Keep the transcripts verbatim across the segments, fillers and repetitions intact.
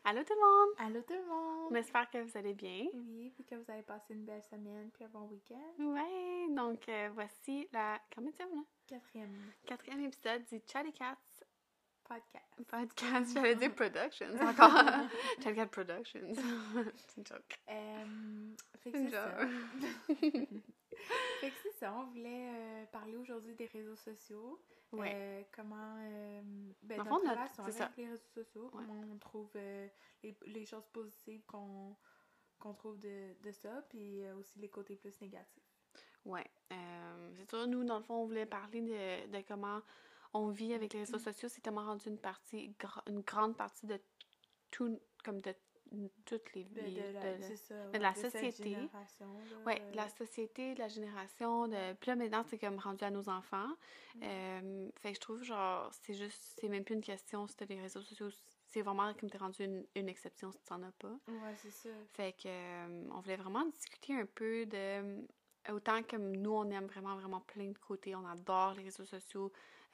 Allô tout le monde! Allô tout le monde! J'espère que vous allez bien. Oui, puis que vous avez passé une belle semaine, puis un bon week-end. Ouais, donc euh, voici la commédienne, là? Quatrième Quatrième épisode du Chatty Cats podcast. podcast. J'allais dire Productions encore. Chatty Cat Productions. C'est une joke. Euh, fait C'est que une c'est ça. joke. Fait que c'est ça, on voulait euh, parler aujourd'hui des réseaux sociaux. Ouais. Euh, comment, euh, ben, Dans le notre fond, notre- relation c'est avec ça. les réseaux sociaux, Ouais. comment on trouve euh, les, les choses positives qu'on qu'on trouve de, de ça, puis euh, aussi les côtés plus négatifs. Ouais. Euh, c'est sûr, nous, dans le fond, on voulait parler de, de comment on vit avec les réseaux sociaux. C'est tellement rendu une partie, gra- une grande partie de tout, comme de toutes les De, vies. de la, de- c'est ça, de ouais, la de cette société. génération-là, Oui, euh, de la société, de la génération. De... Puis là, maintenant, c'est comme rendu à nos enfants. Mm. Euh, fait que je trouve, genre, c'est juste, c'est même plus une question si t'as les réseaux sociaux. C'est vraiment comme t'es rendu une, une exception si t'en as pas. Ouais, c'est ça. Fait que, euh, on voulait vraiment discuter un peu de. Autant comme nous, on aime vraiment, vraiment plein de côtés. On adore les réseaux sociaux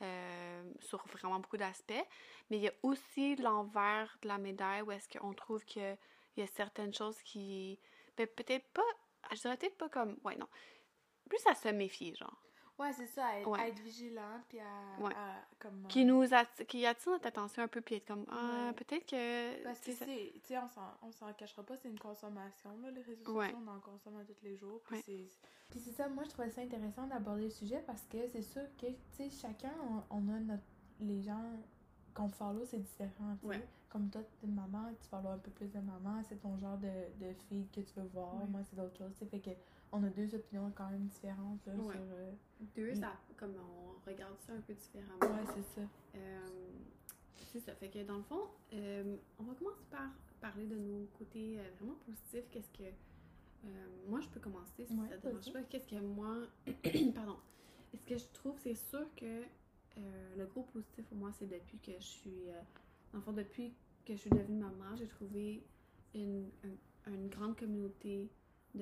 euh, sur vraiment beaucoup d'aspects. Mais il y a aussi l'envers de la médaille où est-ce qu'on trouve qu'il y a certaines choses qui. Ben, peut-être pas. Je dirais peut-être pas comme. Ouais, non. Plus à se méfier, genre. Ouais, c'est ça, à être, Ouais. à être vigilant, puis à, Ouais. à, comme... Qui euh, nous atti- qui attire notre attention un peu, puis être comme. Ah, Ouais. peut-être que. Parce que tu sais, ça- c'est, tu sais, on s'en, on s'en cachera pas, c'est une consommation, là, les réseaux sociaux, Ouais. on en consomme à tous les jours, puis Ouais. c'est... Puis c'est ça, moi, je trouvais ça intéressant d'aborder le sujet, parce que c'est sûr que, tu sais, chacun, on, on a notre... Les gens qu'on follow, c'est différent, tu sais. Ouais. Comme toi, t'es une maman, tu follow un peu plus de maman, c'est ton genre de, de fille que tu veux voir, Ouais. moi, c'est d'autres choses, tu sais, fait que on a deux opinions quand même différentes, là, Ouais. sur... euh, Deux, Mm. ça, comme on regarde ça un peu différemment. Ouais, c'est ça. Euh, c'est ça. Fait que dans le fond, euh, on va commencer par parler de nos côtés euh, vraiment positifs. Qu'est-ce que. euh, moi, je peux commencer si Ouais, ça te dérange vas-y. pas. Qu'est-ce que moi. Pardon. Ce que je trouve, c'est sûr que euh, le gros positif pour moi, c'est depuis que je suis. Euh, dans le fond, depuis que je suis devenue maman, j'ai trouvé une, un- une grande communauté de,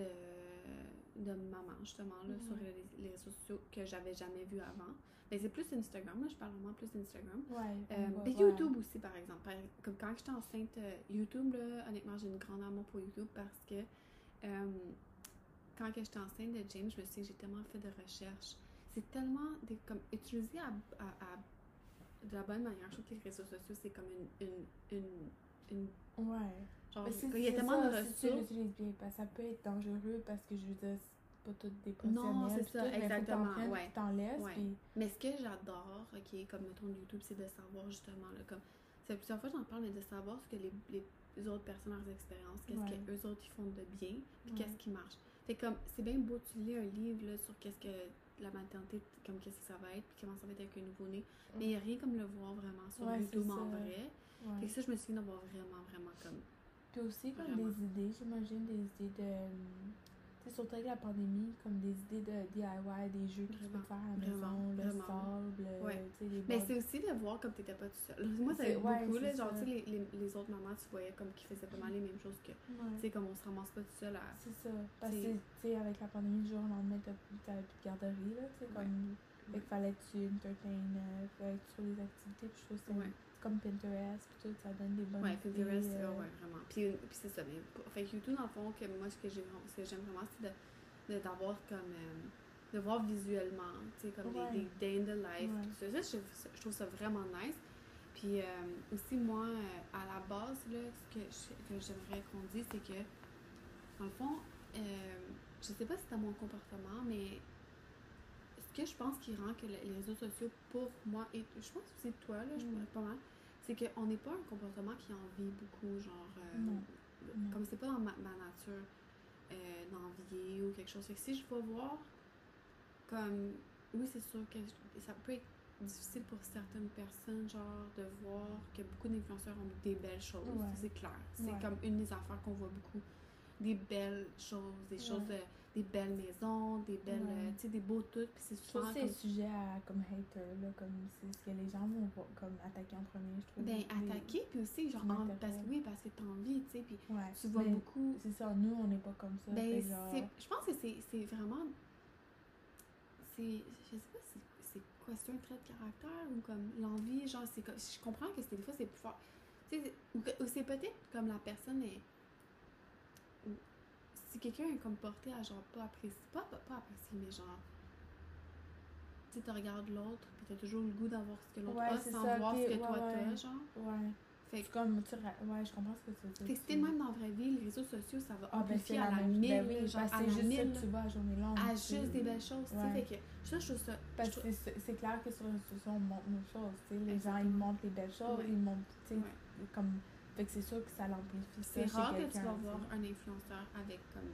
de mamans, justement, là, Mhm. sur les, les réseaux sociaux que j'avais jamais vu avant. Mais c'est plus Instagram, là, je parle vraiment plus d'Instagram. Ouais. Euh, on va- puis ouais. YouTube aussi, par exemple. Par- comme quand j'étais enceinte, euh, YouTube, là, honnêtement, j'ai une grande amour pour YouTube parce que euh, quand que j'étais enceinte de James, je me suis dit, j'ai tellement fait de recherches. C'est tellement des, comme, utilisé à, à, à- de la bonne manière. Je trouve que les réseaux sociaux, c'est comme une. une, une, une Ouais. genre, Mais c'est, il y a c'est tellement ça, de si tu ressources. l'utilises bien, parce que ça peut être dangereux parce que je veux dire, c'est pas toutes des Non, professionnels. c'est ça, tout, mais exactement, faut que t'en prennes, ouais. que t'en laisses, Ouais. puis... Mais ce que j'adore, ok, comme mettons YouTube, c'est de savoir justement, là, comme, c'est plusieurs fois que j'en parle, mais de savoir ce que les, les autres personnes, leurs expériences, qu'est-ce Ouais. que eux autres ils font de bien, puis Ouais. qu'est-ce qui marche. Fait comme, c'est bien beau, tu lis un livre là, sur qu'est-ce que la maternité, comme qu'est-ce que ça va être, puis comment ça va être avec un nouveau-né, mais il n'y a rien comme le voir vraiment sur Ouais, YouTube c'est en ça. vrai. Ouais. Fait que ça, je me suis dit d'avoir vraiment, vraiment comme. Puis aussi, comme Vraiment. des idées, j'imagine, des idées de... Tu sais, surtout avec la pandémie, comme des idées de D I Y, des jeux que tu peux Vraiment, faire à la vraiment, maison, le vraiment. sable, Ouais. tu sais, les Mais boîtes. c'est aussi de voir comme t'étais pas tout seul. Moi, ça C'est- aide ouais, beaucoup, là. c'est Genre, ça. tu sais, les, les, les autres mamans, tu voyais comme qu'ils faisaient pas mal les mêmes choses que. Tu Ouais. sais, comme on se ramasse pas tout seul à. C'est ça. Parce que, C'est- tu sais, avec la pandémie, du jour au lendemain, t'as t'avais plus de garderie, là, tu sais, Ouais. comme... Fait Ouais. qu'il fallait que tu entertain, euh, fallait que tu fasses des activités, puis je trouve que c'est Ouais. comme Pinterest, puis tout, ça donne des bonnes Ouais, idées. Pinterest, euh, euh, ouais, vraiment. Puis, puis c'est ça. Mais, pour- fait que YouTube, dans le fond, que moi, ce que, j'ai, ce que j'aime vraiment, c'est de, de, d'avoir comme. Euh, de voir visuellement, tu sais, comme Ouais. des, des day in the life. Ouais. Puis tout ça, ça, je, je trouve ça vraiment nice. Puis euh, aussi, moi, euh, à la base, là, ce que, je- que j'aimerais qu'on dise, c'est que, dans le fond, euh, je sais pas si c'est mon comportement, mais ce que je pense qui rend que le- les réseaux sociaux, pour moi, et je pense aussi toi, là, je Mm. pense pas mal, c'est qu'on n'est pas un comportement qui envie beaucoup, genre, euh, Non. Non. comme c'est pas dans ma, ma nature euh, d'envier ou quelque chose. Fait que si je vais voir, comme, oui, c'est sûr que je- ça peut être difficile pour certaines personnes, genre, de voir que beaucoup d'influenceurs ont des belles choses, Ouais. c'est clair. C'est Ouais. comme une des affaires qu'on voit beaucoup. Des belles choses, des choses, Ouais. de, des belles maisons, des belles, Ouais. euh, tu sais, des beaux trucs, puis c'est Je trouve souvent que c'est comme... sujet à comme hater, là, comme c'est ce que les gens vont voir- comme attaquer en premier, je trouve. Ben, Les- attaquer, puis aussi, genre, son en- intérêt. parce que oui, parce que t'as envie, tu sais, puis Ouais. tu vois Mais beaucoup... C'est ça, nous, on n'est pas comme ça. Ben, fait que genre... c'est, je pense que c'est, c'est vraiment... C'est... Je sais pas si c'est quoi, c'est un trait de caractère ou comme l'envie, genre, c'est comme... Je comprends que c'est, des fois, c'est plus fort. Tu sais, ou, ou c'est peut-être comme la personne est... Si quelqu'un est comme porté à genre pas apprécier, pas, pas, pas apprécier, mais genre... Tu sais, tu regardes l'autre, puis t'as toujours le goût d'avoir ce que l'autre Ouais, a c'est sans ça, voir puis- ce que ouais, toi ouais. t'as, genre. Ouais. Fait C'est comme, tu ra- ouais, je comprends ce que tu veux dire. Fait que c'était tu- même dans la vraie vie, les réseaux sociaux, ça va Ah, ben c'est amplifier à la la même mille, ben oui, genre parce à que la c'est juste ça mille, que tu vois à journée longue. à tu sais. juste des belles choses, tu sais. Ouais. Fait que ça, je trouve ça... Parce je que trouve- c'est c'est clair que sur les réseaux sociaux, on montre nos choses, tu sais. Les gens, Exactement. ils montrent les belles choses, Ouais. ils montrent, tu sais, Ouais. comme... Fait que c'est sûr que ça l'amplifie ça C'est chez rare que tu quelqu'un, vas tu sais. voir un influenceur avec comme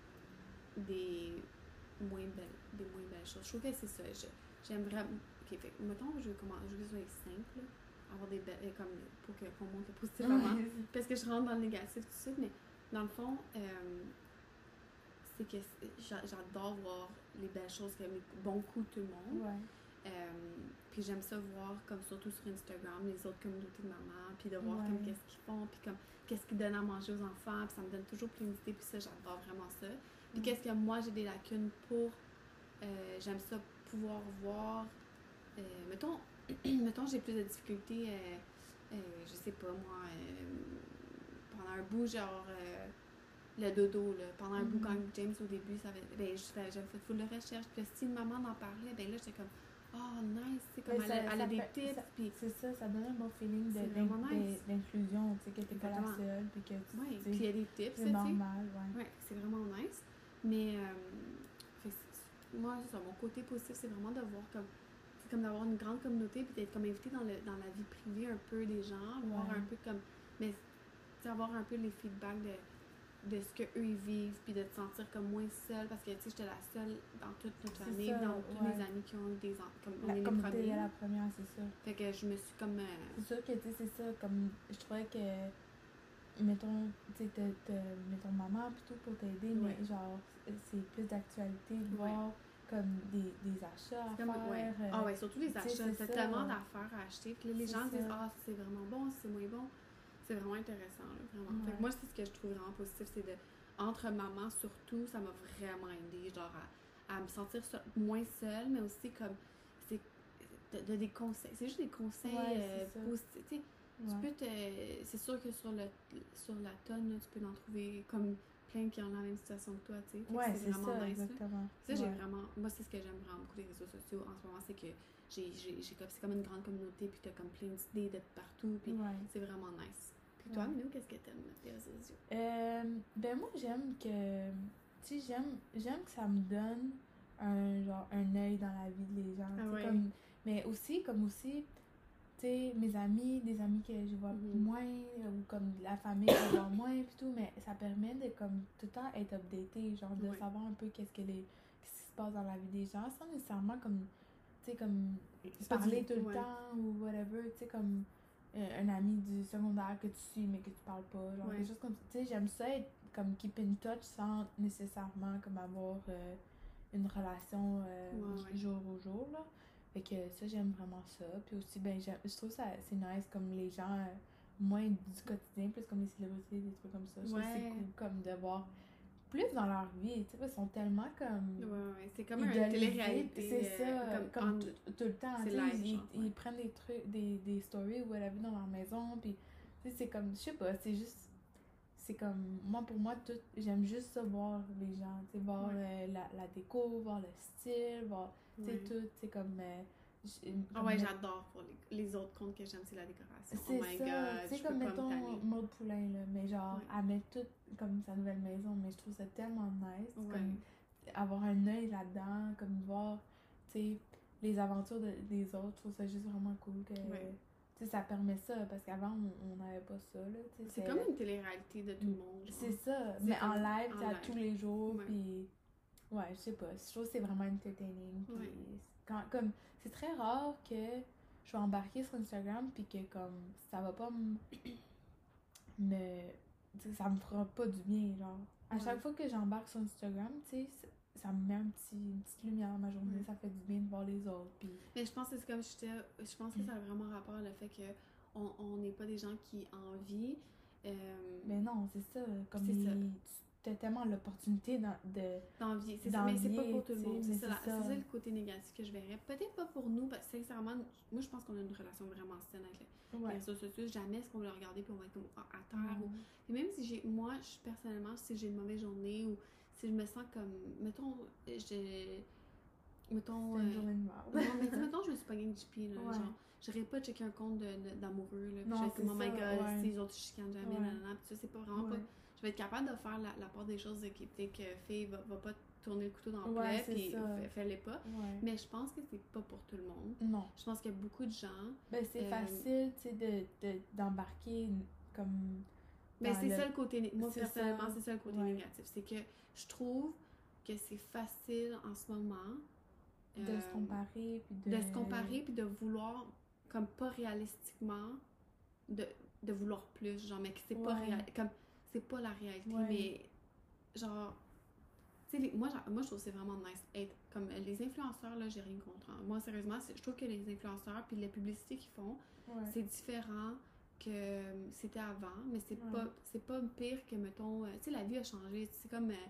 des moins belles, des moins belles choses. Je trouve que c'est ça. Je- J'aime vraiment... Ok, fait que, mettons, je veux, comment, je veux que ce soit simple, là, avoir des belles... euh, comme, pour que- qu'on montre le positif avant. Ouais. Parce que je rentre dans le négatif tout de suite, mais dans le fond, euh, c'est que c'est- j'a- j'adore voir les belles choses, comme les bons coups de tout le monde. Ouais. Euh, puis j'aime ça voir, comme surtout sur Instagram, les autres communautés de mamans, puis de voir Ouais. comme qu'est-ce qu'ils font, puis comme qu'est-ce qu'ils donnent à manger aux enfants, puis ça me donne toujours plein d'idées, puis ça, j'adore vraiment ça. Puis Mm. qu'est-ce que moi, j'ai des lacunes pour, euh, j'aime ça pouvoir voir, euh, mettons, mettons, j'ai plus de difficultés, euh, euh, je sais pas moi, euh, pendant un bout, genre, euh, le dodo, là, pendant un bout, Mhm. quand James, au début, ça avait, ben, je- j'avais fait full de recherche, puis si une maman en parlait, ben là, j'étais comme, oh, nice, c'est comme, Ouais, elle, a- ça- elle a ça des fait- tips, ça- puis... C'est ça, ça donne un bon feeling de- C'est d'in- vraiment nice. d'in- d'inclusion, tu sais, que t'es pas la Exactement. seule, puis que tu Ouais, tu sais, puis il y a des tips, c'est tu sais. normal, ouais. Ouais, c'est vraiment nice. Mais, euh, fait que c'est- moi, c'est ça, mon côté positif, c'est vraiment de voir comme, c'est comme d'avoir une grande communauté, puis d'être comme invité dans, le, dans la vie privée un peu des gens, voir Ouais. un peu comme, mais, tu sais, avoir un peu les feedbacks de, de ce qu'eux ils vivent, puis de te sentir comme moins seule, parce que, tu sais, j'étais la seule dans toute notre C'est famille, ça, dans tous ouais. mes amis qui ont eu des enfants, comme on La est les communauté premiers. est la première, c'est ça. Fait que je me suis comme, euh, C'est sûr que, tu sais, c'est ça, comme, je trouvais que, mettons, tu sais, t'as- t'as- mettons maman plutôt pour t'aider, Ouais. mais genre, c'est plus d'actualité de Ouais. voir comme des, des achats à c'est comme, faire. ouais. euh, Ah ouais, surtout les tu sais, achats, c'est c'est ça. tellement d'affaires à acheter, puis là, les C'est gens ça. disent, ah, c'est vraiment bon, c'est moins bon. C'est vraiment intéressant, là, vraiment. Fait Ouais. que moi, c'est ce que je trouve vraiment positif, c'est de, entre mamans surtout, ça m'a vraiment aidé, genre, à, à me sentir seule- moins seule, mais aussi comme, c'est de, de des conseils, c'est juste des conseils Ouais, euh, c'est ça. positifs, tu sais. Tu Ouais. peux te. C'est sûr que sur, le, sur la tonne, là, tu peux en trouver comme plein qui ont la même situation que toi, tu sais. Fait que Ouais, c'est c'est vraiment ça, nice, là. exactement. Ça, j'ai Ouais. vraiment. Moi, c'est ce que j'aime vraiment beaucoup des réseaux sociaux en ce moment, c'est que j'ai, j'ai, j'ai comme, c'est comme une grande communauté, puis t'as comme plein d'idées de partout, puis Ouais. c'est vraiment nice. Puis toi, Ouais. Minou, qu'est-ce que t'aimes des réseaux sociaux? Euh, ben moi j'aime que tu sais j'aime j'aime que ça me donne un genre un œil dans la vie des gens, Ah tu sais, ouais. comme mais aussi comme aussi tu sais mes amis, des amis que je vois Mhm. moins ou comme la famille que je vois moins puis tout, mais ça permet de comme tout le temps être updaté, genre de Ouais. savoir un peu qu'est-ce que les qu'est-ce qui se passe dans la vie des gens sans nécessairement comme tu sais comme pas parler du- tout le ouais. temps ou whatever, tu sais comme euh, un ami du secondaire que tu suis mais que tu parles pas, genre Ouais. des choses comme ça. Tu sais, j'aime ça être comme keep in touch sans nécessairement comme avoir euh, une relation euh, Ouais, ouais. jour au jour, là. Fait que ça, j'aime vraiment ça. Puis aussi, ben, j'aime- je trouve ça c'est nice comme les gens euh, moins du quotidien, plus comme les célébrités, des trucs comme ça. Je trouve que c'est Ouais. cool comme de voir plus dans leur vie, tu sais, ils sont tellement comme Ouais, ouais, c'est comme une idéalisés, télé-réalité. c'est euh, ça, comme, comme, en- tout, tout le temps, c'est tu sais, live, ils, genre, ils ouais. prennent des trucs, des, des stories ou whatever dans leur maison, puis tu sais, c'est comme, je sais pas, c'est juste, c'est comme, moi pour moi, tout, j'aime juste ça, voir les gens, tu sais, voir Ouais. euh, la, la déco, voir le style, voir, tu sais, Ouais. tout, c'est comme, euh, j- Ah comme ouais, mettre- j'adore. Pour les, les autres comptes que j'aime, c'est la décoration. c'est Oh my ça, god, tu sais, je comme peux pas me mettons tanner. Maud Poulain, là, mais genre, Ouais. elle met tout comme sa nouvelle maison, mais je trouve ça tellement nice, Ouais. comme avoir un œil là-dedans, comme voir, tu sais, les aventures de- des autres, je trouve ça juste vraiment cool que, Ouais. tu sais, ça permet ça, parce qu'avant, on n'avait pas ça, là, tu sais. C'est comme une télé-réalité de tout le monde. genre. C'est ça, C'est mais en comme live, en tu sais, à live. tous les jours, Ouais. puis ouais, je sais pas, je trouve que c'est vraiment entertaining, puis Ouais. quand, comme, c'est très rare que je vais embarquer sur Instagram, puis que, comme, ça va pas me, me tu sais, ça me fera pas du bien, genre. À Ouais. chaque fois que j'embarque sur Instagram, tu sais, ça, ça me met un petit, une petite lumière dans ma journée, Ouais. ça fait du bien de voir les autres, puis Mais je pense que c'est comme je t'ai- je pense que ça a vraiment rapport à le fait que on on n'est pas des gens qui envient. Euh, mais non, c'est ça, comme C'est les- ça. tu t'as tellement l'opportunité dans, de... D'envier, c'est ça, mais c'est pas pour tout le monde. C'est ça, c'est ça. ça. c'est ça le côté négatif que je verrais. Peut-être pas pour nous, parce que sincèrement, moi je pense qu'on a une relation vraiment saine avec les, Ouais. les réseaux sociaux. Jamais est-ce qu'on va le regarder puis on va être comme à terre. Mm. Ou... Et même si j'ai, moi, je, personnellement, si j'ai une mauvaise journée ou si je me sens comme, mettons, j'ai, mettons... C'est une euh, journée de merde. non, mais tu sais, mettons, je me suis pognée une G P, là, Ouais. genre, j'aurais pas checké un compte de, de- d'amoureux, là, puis Non, je vais être comme, oh c'est my ça, god, ouais. si les autres chicanent jamais, Ouais. nanana, puis ça, c'est pas vraiment Ouais. pas... Je vais être capable de faire la, la part des choses de qui peut-être que fille va, va pas tourner le couteau dans le Ouais, plaid, c'est puis ça. fais- fais-les pas. Ouais. Mais je pense que c'est pas pour tout le monde. Non. Je pense qu'il y a beaucoup de gens... Ben, c'est Euh, facile, tu sais, de, de, d'embarquer comme... Mais dans c'est le- ça le côté... né- Moi, c'est personnellement, ça. c'est ça le côté Ouais. négatif. C'est que je trouve que c'est facile en ce moment... De euh, se comparer, puis de... de se comparer puis de vouloir comme pas réalistiquement de, de vouloir plus genre mais que c'est pas Ouais. réel comme c'est pas la réalité Ouais. mais genre tu sais les- moi genre- moi je trouve que c'est vraiment nice être comme les influenceurs là j'ai rien contre hein. Moi sérieusement c'est- je trouve que les influenceurs puis les publicités qu'ils font Ouais. c'est différent que euh, c'était avant mais c'est Ouais. pas c'est pas pire que mettons euh, tu sais la vie a changé c'est comme euh,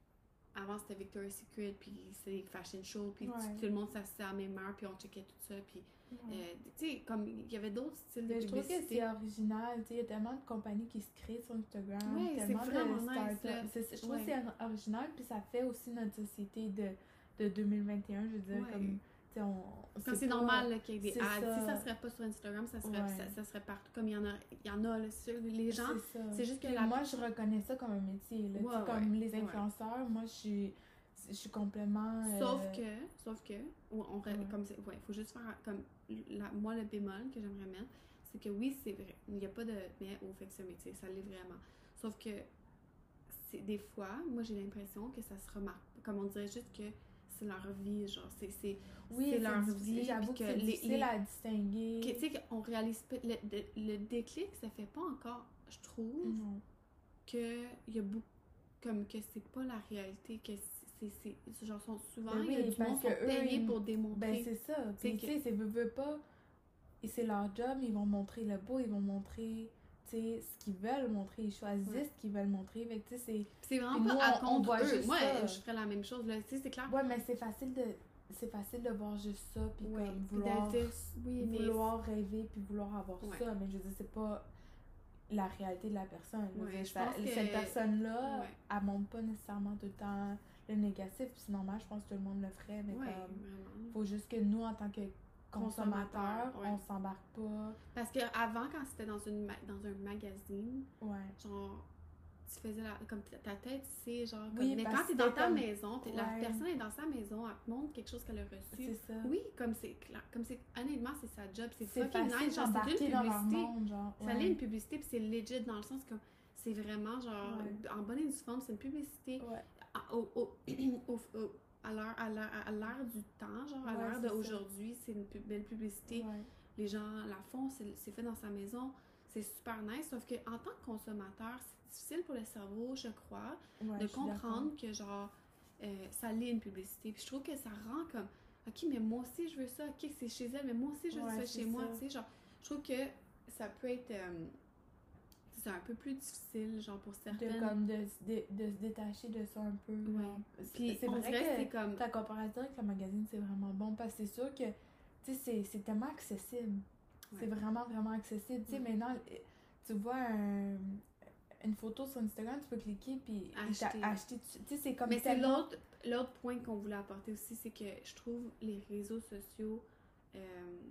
avant c'était Victoria's Secret puis c'est des fashion shows puis Ouais. tout, tout le monde s'assisait à la même heure puis on checkait tout ça puis Ouais. euh, tu sais comme il y avait d'autres styles de Mais je trouve que publicité c'est original, tu sais, il y a tellement de compagnies qui se créent sur Instagram, Ouais, c'est tellement vraiment de nice, startups. là. C'est- c'est- je trouve Ouais. que c'est or- original, puis ça fait aussi notre société de, de deux mille vingt et un, je veux dire, Ouais. comme, tu sais, on... comme c'est pas- normal là, qu'il y ait des c'est ads ça. si ça serait pas sur Instagram ça serait Ouais. ça, ça serait partout comme il y en a il y en a là, c'est sûr, les gens C'est ça. c'est juste que Puis la- moi, je reconnais ça comme un métier, là, tu sais, Ouais, comme ouais, les ouais. influenceurs, moi, je suis, je suis complètement... euh, sauf que sauf que ou on re- Ouais. comme c'est ouais faut juste faire comme la, moi le bémol que j'aimerais mettre c'est que oui c'est vrai il y a pas de mais au fait que ce métier ça l'est vraiment sauf que c'est des fois moi j'ai l'impression que ça se remarque comme on dirait juste que c'est leur vie genre c'est c'est oui, c'est leur difficile. vie J'avoue puis que c'est les- difficile les- à distinguer. que, tu sais qu'on réalise pas le, le, le déclic ça fait pas encore je trouve Non. que il y a beaucoup comme que c'est pas la réalité que c'est c'est c'est- genre sont souvent Ben il y a oui, du parce monde qui sont que eux, payés ils- pour démontrer Ben c'est ça. C'est Puis que- tu sais, c'est veut, veut pas. Et c'est leur job, ils vont montrer le beau, ils vont montrer, tu sais, ce qu'ils veulent montrer, ils choisissent Ouais. ce qu'ils veulent montrer. Fait que tu sais, c'est. c'est vraiment Puis pas nous, à on- on contre voit eux juste moi ça. je ferais la même chose là tu sais c'est clair Ouais, mais c'est facile de. C'est facile de voir juste ça, puis Ouais, comme puis vouloir. de dire, oui mais vouloir rêver, puis vouloir avoir Ouais. ça. Mais je veux dire, c'est pas la réalité de la personne. Je veux Ouais, dire, je ça- pense que- Cette personne-là, Ouais. elle montre pas nécessairement tout le temps le négatif. Puis c'est normal, je pense que tout le monde le ferait, mais ouais comme. vraiment Faut juste que nous, en tant que consommateurs, Consommateurs, ouais. on s'embarque pas. parce que avant quand c'était dans une ma- dans un magazine Ouais. genre tu faisais la, comme ta ta tête c'est genre comme, Oui, mais parce quand que t'es dans c'était ta comme- maison t'es- la Ouais. personne est dans sa maison elle te montre quelque chose qu'elle a reçu C'est ça. oui comme c'est clair comme c'est honnêtement c'est sa job c'est C'est fucking facile nice genre c'est d'embarquer une dans leur publicité monde, genre. ça ouais. l'est une publicité puis c'est legit dans le sens que c'est vraiment genre Ouais. en bonne et due forme c'est une publicité Ouais. à, au, au, au- au- à l'heure à l'heure à l'heure du temps genre à Ouais, l'heure c'est ça. d'aujourd'hui c'est une pu- belle publicité Ouais. les gens la font, c'est c'est fait dans sa maison, c'est super nice, sauf que en tant que consommateur, c'est difficile pour le cerveau, je crois, Ouais, de je suis comprendre que genre euh, ça l'est une publicité. Puis je trouve que ça rend comme OK, mais moi aussi je veux ça, OK, c'est chez elle, mais moi aussi je veux Ouais, ça c'est chez moi, ça. tu sais, genre je trouve que ça peut être euh, c'est un peu plus difficile genre pour d'accord. certaines. De, comme de, de, de se détacher de ça un peu. Ouais. genre. Puis c'est on vrai dirait que que c'est comme ta comparaison avec le magazine, c'est vraiment bon parce que c'est sûr que, tu sais, c'est- c'est tellement accessible. Ouais. C'est vraiment, vraiment accessible. Tu sais, Ouais. maintenant, euh, tu vois un- une photo sur Instagram, tu peux cliquer puis il t'a Acheter. acheté. Tu tu sais, c'est comme Mais c'est tellement- l'autre l'autre point qu'on voulait apporter aussi, c'est que je trouve les réseaux sociaux, euh,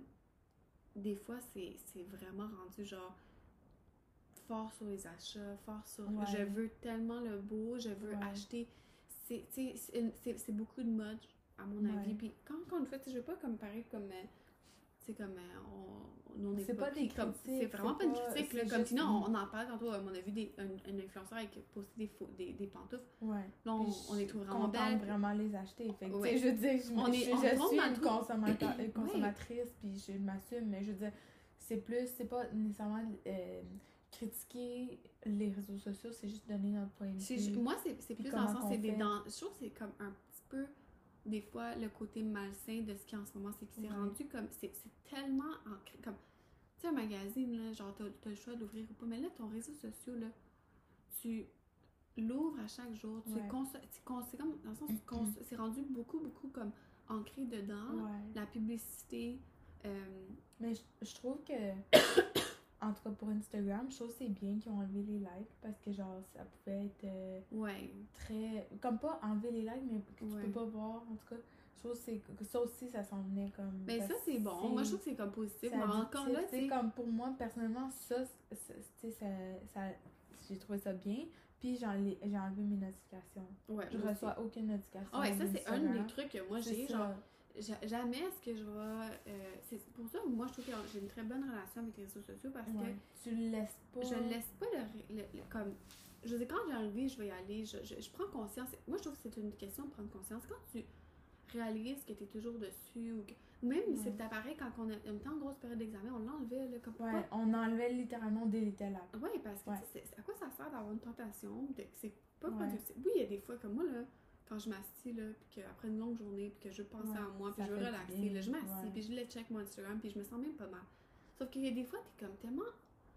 des fois, c'est c'est vraiment rendu genre fort sur les achats, fort sur Ouais. je veux tellement le beau, je veux Ouais. acheter. C'est tu sais, c'est une- c'est- c'est beaucoup de mode, à mon Ouais. avis. Puis quand, encore une fois, tu sais, je veux pas comme paraître comme. euh, c'est comme euh, on, nous, on est C'est pas pris des comme critiques, c'est vraiment c'est pas une pas- critique là, c'est comme juste sinon une- on, on en parle tantôt euh, on a vu des un, un influenceur qui postait des, faux- des des pantoufles Ouais. là on, Puis on les trouve je vraiment contente belles vraiment les acheter. Fait que, tu Ouais. sais, je veux dire, je, On je, est- je on tombe suis dans une, le trou. consommateur- une consommatrice, puis je m'assume, mais je veux dire, c'est plus, c'est pas nécessairement euh, critiquer les réseaux sociaux, c'est juste donner notre point de C'est- vue. moi c'est c'est Puis plus dans le comment sens c'est qu'on des fait. dans je trouve que c'est comme un petit peu des fois le côté malsain de ce qui est en ce moment c'est que c'est Ouais. rendu comme c'est c'est tellement ancré comme tu sais un magazine là genre t'as t'as le choix d'ouvrir ou pas mais là ton réseau social là tu l'ouvres à chaque jour, tu Ouais. cons- tu cons- c'est comme, dans le sens, tu cons- c'est rendu beaucoup, beaucoup comme ancré dedans, Ouais. la publicité. euh, Mais je, je trouve que, en tout cas pour Instagram, je trouve que c'est bien qu'ils ont enlevé les likes parce que, genre, ça pouvait être euh, ouais, très. Comme pas enlever les likes, mais que tu Ouais. peux pas voir. En tout cas, je trouve que, c'est- que ça aussi, ça s'en venait comme. mais parce ça, c'est bon. que Moi, je trouve que c'est comme positif. c'est Mais encore là, addictif, tu sais, c'est... comme pour moi, personnellement, ça, c'est- tu sais, ça, ça, j'ai trouvé ça bien. Puis j'ai enlevé, j'ai enlevé mes notifications. Ouais, Je moi aussi. reçois aucune notification. Ah ouais, ça, c'est un des d'Instagram. trucs que moi, C'est j'ai, ça. genre... Ja- Jamais est-ce que je vais. euh, c'est pour ça que moi, je trouve que j'ai une très bonne relation avec les réseaux sociaux parce Ouais. Tu le laisses pas. que je ne laisse pas le, le- le- comme. Je veux dire, quand j'ai envie, je vais y aller. Je, je, je prends conscience. Moi, je trouve que c'est une question de prendre conscience. Quand tu réalises que tu es toujours dessus, ou que, même Ouais. c'est appareil quand on, a, on était en grosse période d'examen, on l'enlevait. Là, comme pourquoi? Ouais, on enlevait littéralement déliter l'app. Oui, parce que Ouais. tu sais, c'est- à quoi ça sert d'avoir une tentation? de- C'est pas Ouais. productif. Oui, il y a des fois comme moi, là, quand je m'assis, là, puis qu'après une longue journée, puis que je veux penser Ouais, à moi, puis ça je veux fait du relaxer, bien, là, je m'assis, ouais. puis je le check mon Instagram, puis je me sens même pas mal. Sauf qu'il y a des fois, t'es comme tellement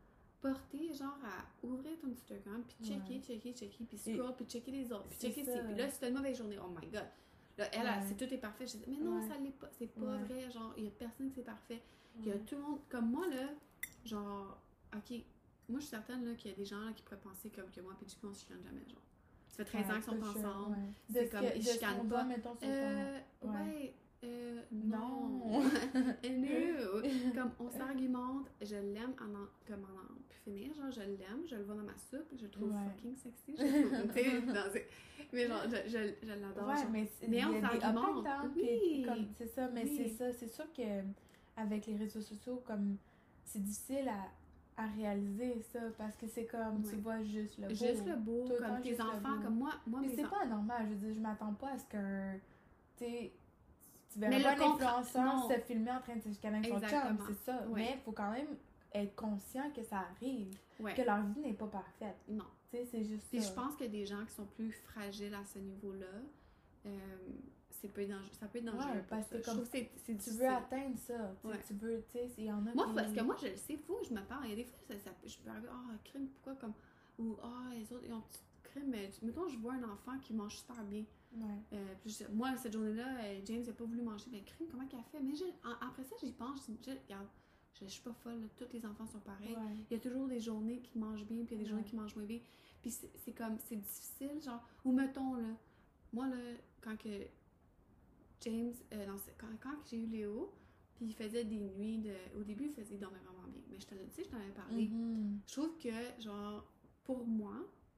porté, genre, à ouvrir ton Instagram, puis checker, Ouais. checker, checker, puis Et- scroll, puis checker les autres, puis c'est checker ça. ci, puis là, c'était une mauvaise journée, oh my god. Là, elle, elle, Ouais. c'est tout est parfait. Je dis, mais non, Ouais. ça l'est pas, c'est pas Ouais. vrai, genre, il y a personne qui c'est parfait. Il y a Ouais. tout le monde, comme moi, là, genre, ok, moi, je suis certaine, là, qu'il y a des gens, là, qui pourraient penser comme que moi, puis du coup, on se chicane jamais, genre. Ça fait treize ans qu'ils sont for sure, ensemble. ouais. c'est De ce comme, que- ils de ce chicanent qu'on pas. voit, mettons, sur Euh, ton- ouais, Ouais. euh, Non. non. Et nous, comme on s'argumente, je l'aime en en, comme en en plus finir, genre je l'aime, je le vois dans ma soupe, je le trouve Ouais. fucking sexy, je le trouve, tu sais, dans ces- mais genre je, je, je l'adore. Ouais, genre. mais, c'est- Mais il y a on des up s'argumente. and down, Oui. puis comme c'est ça, mais Oui. c'est ça, c'est sûr que avec les réseaux sociaux, comme c'est difficile à, à réaliser ça parce que c'est comme Ouais. tu vois juste le beau. Juste le beau, Tout le comme temps tes juste le enfants, beau. comme moi, moi Mais mes c'est en- pas normal, je veux dire, je m'attends pas à ce qu'un tu sais tu Mais verras le pas un contra- influenceur non. se filmer en train de se chicaner avec son chum, Exactement. c'est ça. Ouais. Mais il faut quand même être conscient que ça arrive, Ouais. que leur vie n'est pas parfaite. Non. Tu sais, c'est juste Puis ça. je pense que des gens qui sont plus fragiles à ce niveau-là, euh, c'est peut être dangereux, ça peut être dangereux Ouais, pour parce ça. que Je comme trouve que c'est c'est tu difficile. veux atteindre ça, tu sais, Ouais. tu veux, tu sais, il y en a Moi, qui... parce que moi, je le sais, fou, je me parle. Il y a des fois, ça, ça, je peux arriver, ah, crime, pourquoi comme. Ou, ah, les autres, ils ont petit crime, mais mettons, je vois un enfant qui mange super bien. Ouais. Euh, puis je- moi, cette journée-là, euh, James n'a pas voulu manger. Mais crime, comment qu'elle a fait? Mais je- en- après ça, j'y pense, je, je- regarde, je, je suis pas folle, là, tous les enfants sont pareils. Ouais. Il y a toujours des journées qui mangent bien, puis il y a des journées Ouais. qui mangent moins bien. Puis c'est c'est comme, c'est difficile, genre. Ou mettons, là, moi, là, quand que James, euh, non, c'est- quand, quand que j'ai eu Léo, puis il faisait des nuits de. Au début, il faisait, il dormait vraiment bien. Mais je te le dis, je t'en avais parlé. Mhm. Je trouve que, genre, pour moi,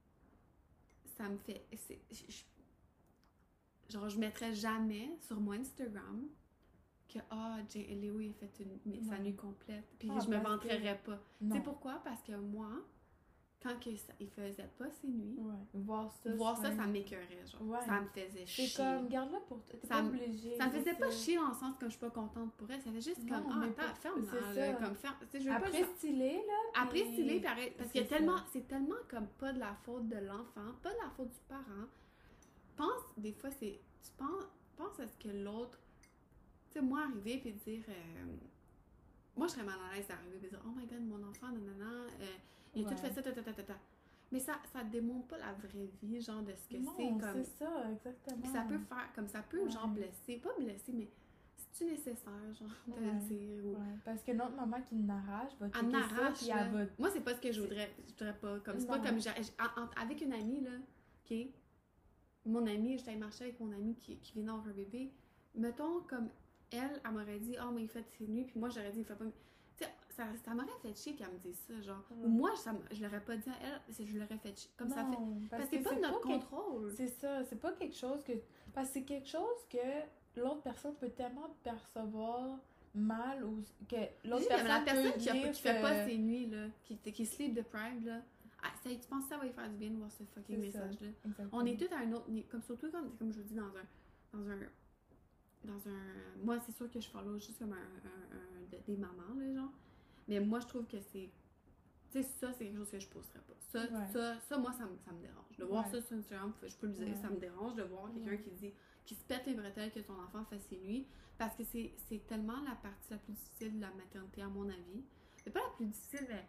ça me fait. c'est- je- je- genre, je mettrais jamais sur mon Instagram que, ah, Jay- Léo, il a fait une, sa Ouais. nuit complète. Puis Ah, je me parce vanterais pas. Tu Non. sais pourquoi? Parce que moi, quand que ça, il faisait pas ses nuits, Ouais. Voir ça. voir ça, c'est ça un- m'écœurait, genre. Ouais. Ça me faisait chier. C'est comme, garde-la pour toi. T'es Ça pas me- obligée. Ça me c'est faisait pas ça. chier dans le sens que je suis pas contente pour elle. Ça fait juste Non, comme, ah, mais attends, pas- ferme c'est là, ça. comme ferme. Tu sais, je veux pas Après genre- stylé, là. Après puis- stylé, puis arrête- parce qu'il y a c'est tellement, ça. c'est tellement comme pas de la faute de l'enfant, pas de la faute du parent. Pense, des fois, c'est, tu penses, pense à ce que l'autre, tu sais, moi, arriver puis dire, euh, moi, je serais mal à l'aise d'arriver et dire, oh my god, mon enfant, nanana, euh, il a Ouais. tout fait ça, ta, ta, ta, ta, ta. Mais ça, ça démontre pas la vraie vie, genre, de ce que Non, c'est, comme, c'est ça, exactement. puis ça peut faire, comme ça peut, Ouais. genre, blesser, pas blesser, mais c'est-tu nécessaire, genre, de Ouais. le dire, ou... Ouais, parce que notre maman qui n'arrache va Elle checker ça, m'arrache, puis là. elle va... Moi, c'est pas ce que je voudrais. Je voudrais pas. Comme, c'est pas Non. comme. j'ai- j'ai- en- en- avec une amie, là, OK? Mon amie, j'étais allée marcher avec mon amie qui, qui vient d'avoir un bébé. Mettons, comme elle, elle m'aurait dit, oh, mais il fait ses nuits, puis moi, j'aurais dit, il fait pas. Tu sais, ça, ça m'aurait fait chier qu'elle me dise ça, genre. Ouais. Ou moi, ça, m- je l'aurais pas dit à elle, c'est- je l'aurais fait chier. Comme ça fait. Non, Parce que c'est pas de notre quelque- contrôle. C'est ça, c'est pas quelque chose que... Parce que c'est quelque chose que l'autre personne peut tellement percevoir mal ou que l'autre Juste, personne la personne peut qui, a- venir qui fait se- pas ses nuits, là, qui, qui est sleep deprived, là, ah, ça, tu penses que ça va lui faire du bien de voir ce fucking C'est ça. message-là? Exactement. On est tous à un autre niveau, comme surtout comme, comme je vous dis, dans un, dans un, dans un, moi c'est sûr que je follow juste comme un, un, un- de- des mamans, là, genre, mais moi je trouve que c'est, tu sais, ça c'est quelque chose que je posterais pas. Ça, Ouais. ça, ça moi ça me, ça me dérange. De voir Ouais. ça sur Instagram, je peux le dire, Ouais. ça me dérange de voir quelqu'un Ouais. qui dit, qui se pète les bretelles que son enfant fait ses nuits, parce que c'est, c'est tellement la partie la plus difficile de la maternité à mon avis. C'est pas la plus difficile, mais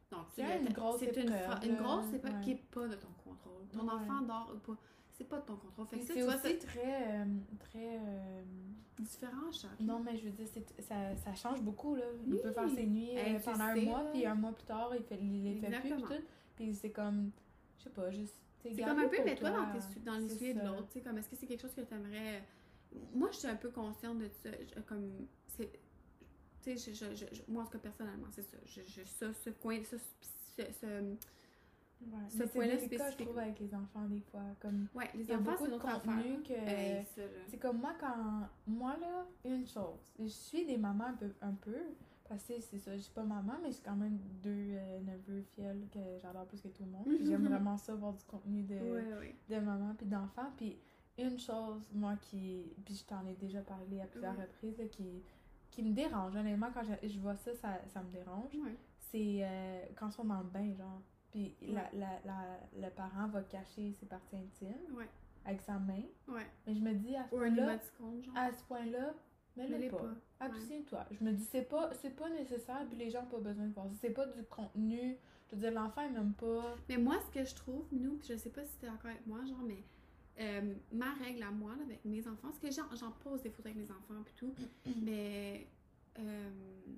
Donc, C'est tu sais, une grosse c'est une, épreuve, une là. grosse épreuve Ouais. qui n'est pas de ton contrôle. Ton Ouais. enfant dort ou pas, c'est pas de ton contrôle. Fait que Puis ça, c'est tu vois, aussi c'est très... euh, très euh, différent chaque. non, mais je veux dire, c'est, ça, ça change beaucoup, là. Il Oui. peut faire ses nuits euh, Hey, tu pendant un sais, mois, là. puis un mois plus tard, il, fait, il les fait plus, puis Exactement. tout. Puis c'est comme, je sais pas, juste... C'est garde comme un peu, pour mets-toi toi. dans, tes, su- dans les C'est souliers de ça. l'autre. Tu sais, comme, est-ce que c'est quelque chose que tu aimerais. Moi, je suis un peu consciente de ça. Je- comme, c'est. Tu sais, je, je, je, je- moi, en tout cas, personnellement, c'est ça. Je, je, ça, ce coin, ça, ce, ce, Ouais. ce Mais point-là c'est délicat, je spécifique. trouve, avec les enfants, des fois. Comme, Ouais, les il y a enfants, beaucoup c'est de notre affaire. contenu que... Hey, ça, là. C'est comme moi, quand... Moi, là, une chose. Je suis des mamans un peu, un peu parce que c'est ça, je suis pas maman, mais j'ai quand même deux euh, neveux fioles que j'adore plus que tout le monde. Puis j'aime vraiment ça, voir du contenu de, Ouais, ouais. de maman puis d'enfant. Puis une chose, moi, qui... Puis je t'en ai déjà parlé à plusieurs Ouais. reprises, là, qui, qui me dérange. Honnêtement, quand je, je vois ça, ça, ça me dérange. Ouais. C'est euh, quand ils sont dans le bain, genre. Puis Ouais. la, la, la, le parent va cacher ses parties intimes Ouais. avec sa main. Ouais. Mais je me dis, à ce Ou un point-là, émoticône, genre. à ce point-là, mets-le Mets-les pas. pas. Abstiens-toi. Je me dis, c'est pas, c'est pas nécessaire, puis les gens n'ont pas besoin de voir ça. C'est pas du contenu. Je veux dire, l'enfant, il m'aime pas. Mais moi, ce que je trouve, nous, puis je sais pas si t'es d'accord avec moi, genre, mais euh, ma règle à moi, là, avec mes enfants, c'est que j'en, j'en pose des photos avec mes enfants, puis tout, mais euh,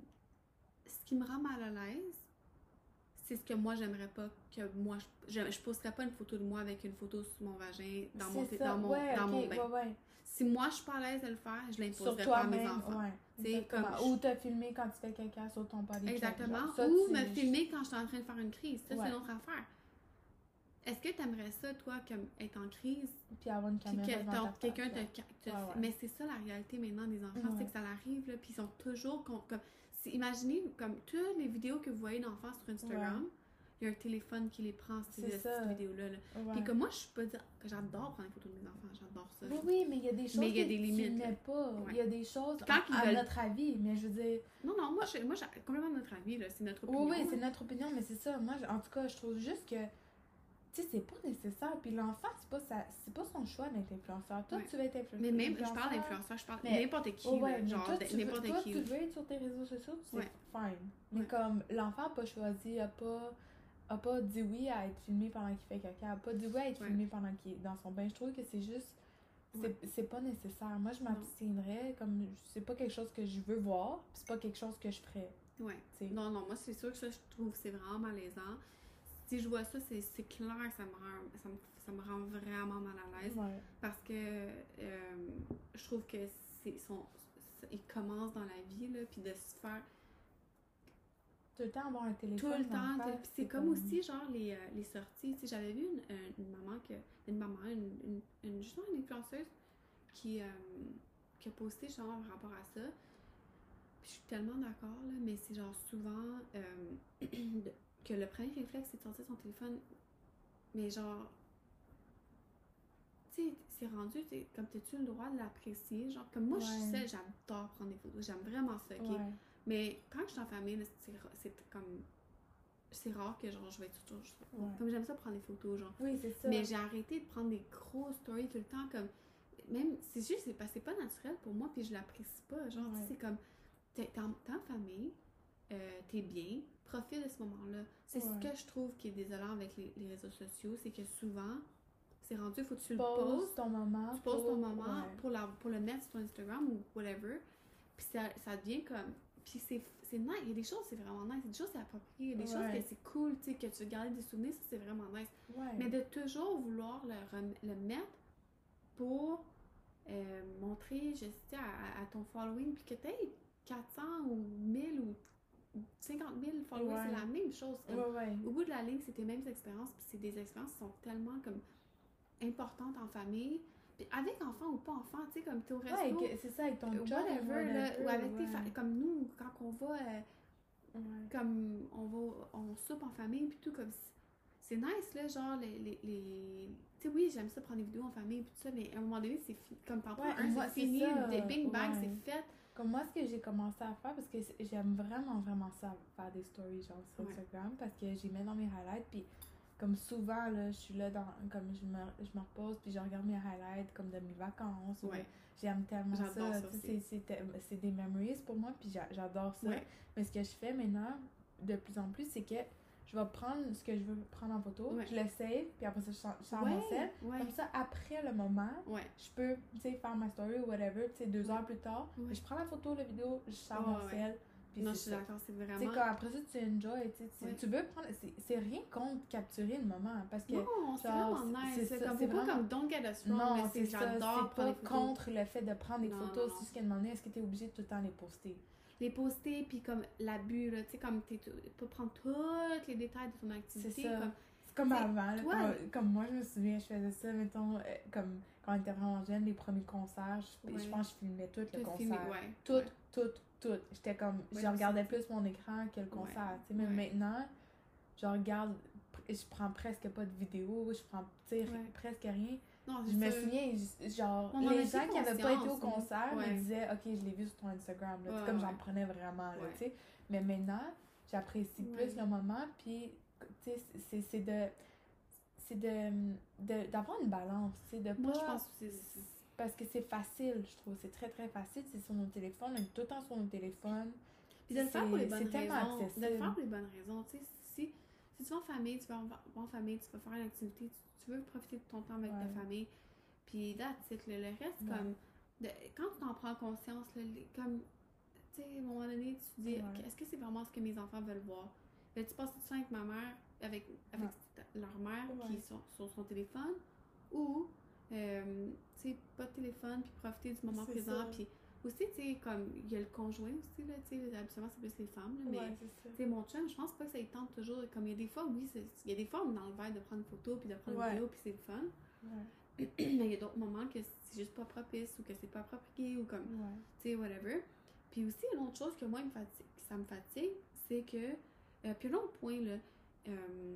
ce qui me rend mal à l'aise, c'est ce que moi, j'aimerais pas que moi, je, je, je posterais pas une photo de moi avec une photo sur mon vagin dans mon, C'est dans ça. mon, Ouais, dans ok, mon bain. ouais, ouais. Si moi, je suis pas à l'aise de le faire, je Sur l'imposerais pas à mes toi-même, enfants. ouais. T'sais, Exactement. comme je- Ou t'as filmé quand tu fais caca sur ton pas des Exactement. Ça, Ou tu- me filmer quand je suis en train de faire une crise. Ça, Ouais. c'est une autre affaire. Est-ce que tu aimerais ça, toi, comme être en crise, Puis avoir une puis caméra que dans ton- ta quelqu'un face, te, là. te- Ouais, ouais. Mais c'est ça la réalité maintenant des enfants, Ouais. c'est que ça l'arrive, là, puis ils sont toujours. con- Comme, c'est- imaginez, comme toutes les vidéos que vous voyez d'enfants sur Instagram, il y a un téléphone qui les prend, ces C'est ça. petites vidéos-là. Là. Ouais. Puis comme moi, je suis pas dire que j'adore prendre des photos de mes enfants, j'adore ça. Oui, oui, mais il y a des choses Mais il y a que des tu limites, mets là. pas. Ouais. Il y a des choses Quand à, ils à veulent- notre avis, mais je veux dire... Non, non, moi, je, moi j'ai complètement notre avis, là, c'est notre opinion. Oui, oui, là. c'est notre opinion, mais c'est ça. Moi, je- en tout cas, je trouve juste que, tu sais, c'est pas nécessaire. Puis l'enfant, c'est pas, sa- c'est pas son choix d'être influenceur. Toi, Ouais. tu veux être influenceur. Mais même, je parle d'influenceur, je parle Mais- n'importe qui, Oh, ouais, là, mais genre toi, de- tu veux, n'importe toi, qui. tu là. veux être sur tes réseaux sociaux, c'est Ouais. fine. Mais Ouais. comme l'enfant a pas choisi, a pas, a pas dit oui à être filmé pendant qu'il fait caca, a pas dit oui à être Ouais. filmé pendant qu'il est dans son bain, je trouve que c'est juste, c'est, Ouais. c'est pas nécessaire. Moi, je m'abstiendrais, comme, c'est pas quelque chose que je veux voir, pis c'est pas quelque chose que je ferais, Ouais. tu sais. Non, non, moi, c'est sûr que ça, je trouve que c'est vraiment malaisant. Si je vois ça, c'est, c'est clair que ça me, rend, ça, me, ça me rend vraiment mal à l'aise. Ouais. Parce que euh, je trouve que c'est son, il commence dans la vie, là, puis de se faire Tout le temps avoir un téléphone. tout le dans temps. la t'es- face, Puis c'est comme aussi, genre, les, euh, les sorties. Tu sais, j'avais vu une, une, une maman, que, une maman, une, une, une, justement une influenceuse qui, euh, qui a posté, genre, par rapport à ça. Puis je suis tellement d'accord, là, mais c'est genre souvent euh, de- que le premier réflexe, c'est de sortir son téléphone. Mais genre, tu sais, c'est rendu, t'sais, comme t'as-tu le droit de l'apprécier? Genre, comme moi, je Ouais. sais, j'adore prendre des photos, j'aime vraiment ça, ok? Ouais. Mais quand je suis en famille, là, c'est, ra- c'est comme. C'est rare que genre je vais être toujours. Ouais. Comme j'aime ça prendre des photos, genre. Oui, c'est ça. Mais j'ai arrêté de prendre des grosses stories tout le temps, comme. Même, c'est juste, c'est, parce que c'est pas naturel pour moi, puis je l'apprécie pas. Genre, tu sais, Ouais. c'est comme. T'es, t'es en, t'es en famille, euh, t'es bien, profite de ce moment-là. C'est Ouais. ce que je trouve qui est désolant avec les, les réseaux sociaux, c'est que souvent, c'est rendu, faut que tu le poses poses. ton moment. Tu poses ton pour- moment ouais. pour, la, pour le mettre sur ton Instagram ou whatever. Puis ça, ça devient comme. Puis c'est, c'est nice. Il y a des choses, c'est vraiment nice. Il y a des choses, c'est approprié. Il y a des Ouais. choses que c'est cool, tu sais, que tu veux garder des souvenirs, ça, c'est vraiment nice. Ouais. Mais de toujours vouloir le, rem- le mettre pour euh, montrer, je sais, à, à ton following, puis que tu aies quatre cents ou mille ou cinquante mille followers, Ouais. c'est la même chose. Comme, Ouais, ouais. au bout de la ligne, c'est tes mêmes expériences, puis c'est des expériences qui sont tellement comme importantes en famille. Puis avec enfant ou pas enfant, tu sais, comme t'es au resto, Ouais, que- c'est ça, avec ton euh, chum, whatever, là, ou avec tes ouais. fa- comme nous, quand on va, euh, Ouais. comme on va, on soupe en famille, puis tout, comme c'est- c'est nice, là, genre, les, les, les... tu sais, oui, j'aime ça prendre des vidéos en famille, puis tout ça, mais à un moment donné, c'est fini, comme t'en prends Ouais, un, moi, c'est c'est fini, ça, des bing bang, ouais. c'est fait. Comme moi, ce que j'ai commencé à faire, parce que c'est- j'aime vraiment, vraiment ça, faire des stories, genre, sur Ouais. Instagram, parce que j'y mets dans mes highlights, puis comme souvent, là, je suis là, dans, comme je me, je me repose, puis je regarde mes highlights, comme de mes vacances, ou Ouais. j'aime tellement J'adore ça, ça tu sais, aussi. c'est- c'est c'est des memories pour moi, puis j'a- j'adore ça. Ouais. Mais ce que je fais maintenant, de plus en plus, c'est que je vais prendre ce que je veux prendre en photo, Ouais. je le save, puis après ça, je sors, je sors Ouais, mon sel. ouais. Comme ça, après le moment, Ouais. je peux, tu sais, faire ma story ou whatever, tu sais, deux Ouais. heures plus tard, Ouais. je prends la photo, la vidéo, je sors Ouais, mon ouais. sel, puis Non, je c'est suis ça. d'accord, c'est Tu sais, vraiment... quand après ça, tu enjoy, tu sais, tu- Ouais. tu veux prendre, c'est, c'est rien contre capturer le moment, parce que... Non, c'est genre, vraiment c'est- nice. c'est C'est ça, comme, c'est faut pas vraiment- comme don't get us wrong, Non, mais c'est c'est ça, j'adore c'est prendre pas des photos. contre le fait de prendre des Non, photos, non, c'est non. juste qu'à un moment donné, est-ce que t'es obligé de tout le temps les poster? Les poster, puis comme l'abus, là, tu sais, comme t'es pas prendre tous les détails de ton activité. C'est ça. Comme, C'est comme T'sais, avant, là, toi, comme, comme moi, je me souviens, je faisais ça, mettons, euh, comme quand on était vraiment jeune, les premiers concerts, je, Ouais. je pense que je filmais tout le t'as concert. filmé, ouais. Tout, ouais. tout, tout. J'étais comme, Ouais, je regardais c'est- plus mon écran que le concert, tu sais, mais Ouais. maintenant, je regarde, je prends presque pas de vidéos, je prends, tu sais, Ouais. presque rien. Non, Je c'est me ça. souviens, j- genre, On en a les pris gens qui n'avaient pas été au conscience, concert ouais. me disaient, ok, je l'ai vu sur ton Instagram, là, Ouais, C'est comme ouais. j'en prenais vraiment, là, Ouais. tu sais. Mais maintenant, j'apprécie Ouais. plus le moment, puis, tu sais, c'est- c'est de, c'est de, de, d'avoir une balance, tu sais, de Moi, pas, je pense que c'est ça. parce que c'est facile, je trouve, c'est très, très facile, c'est sur nos téléphones, on est tout le temps sur nos téléphones. Puis de le faire pour les C'est- bonnes c'est tellement raisons. De le accessible. faire pour les bonnes raisons. Tu sais, si, si tu vas en famille, tu vas en, en famille, tu vas faire une activité, tu, tu veux profiter de ton temps avec Ouais. ta famille, puis that's it, le, le reste, Ouais. comme, de, quand tu t'en prends conscience, là, les- comme, tu sais, à un moment donné, tu te dis, Ouais. ok, est-ce que c'est vraiment ce que mes enfants veulent voir? Là, tu passes du temps avec ma mère, avec, avec Ouais. ta- leur mère Ouais. qui sont sur son téléphone, ou, euh, tu sais, pas de téléphone, puis profiter du moment C'est présent, ça. puis aussi, tu sais, comme, il y a le conjoint aussi, là, tu sais, habituellement, c'est plus les femmes, là, mais... Ouais, c'est ça. Tu sais, mon chum, je pense pas que ça y tente toujours. Comme il y a des fois, oui, c'est- il y a des fois, on est dans le verre de prendre une photo puis de prendre Ouais. une vidéo puis c'est le fun. Ouais. Mais il y a d'autres moments que c'est juste pas propice ou que c'est pas approprié ou comme, Ouais. tu sais, whatever. Puis aussi, une autre chose que moi, il me fatigue, ça me fatigue, c'est que, euh, puis un autre point, là, euh,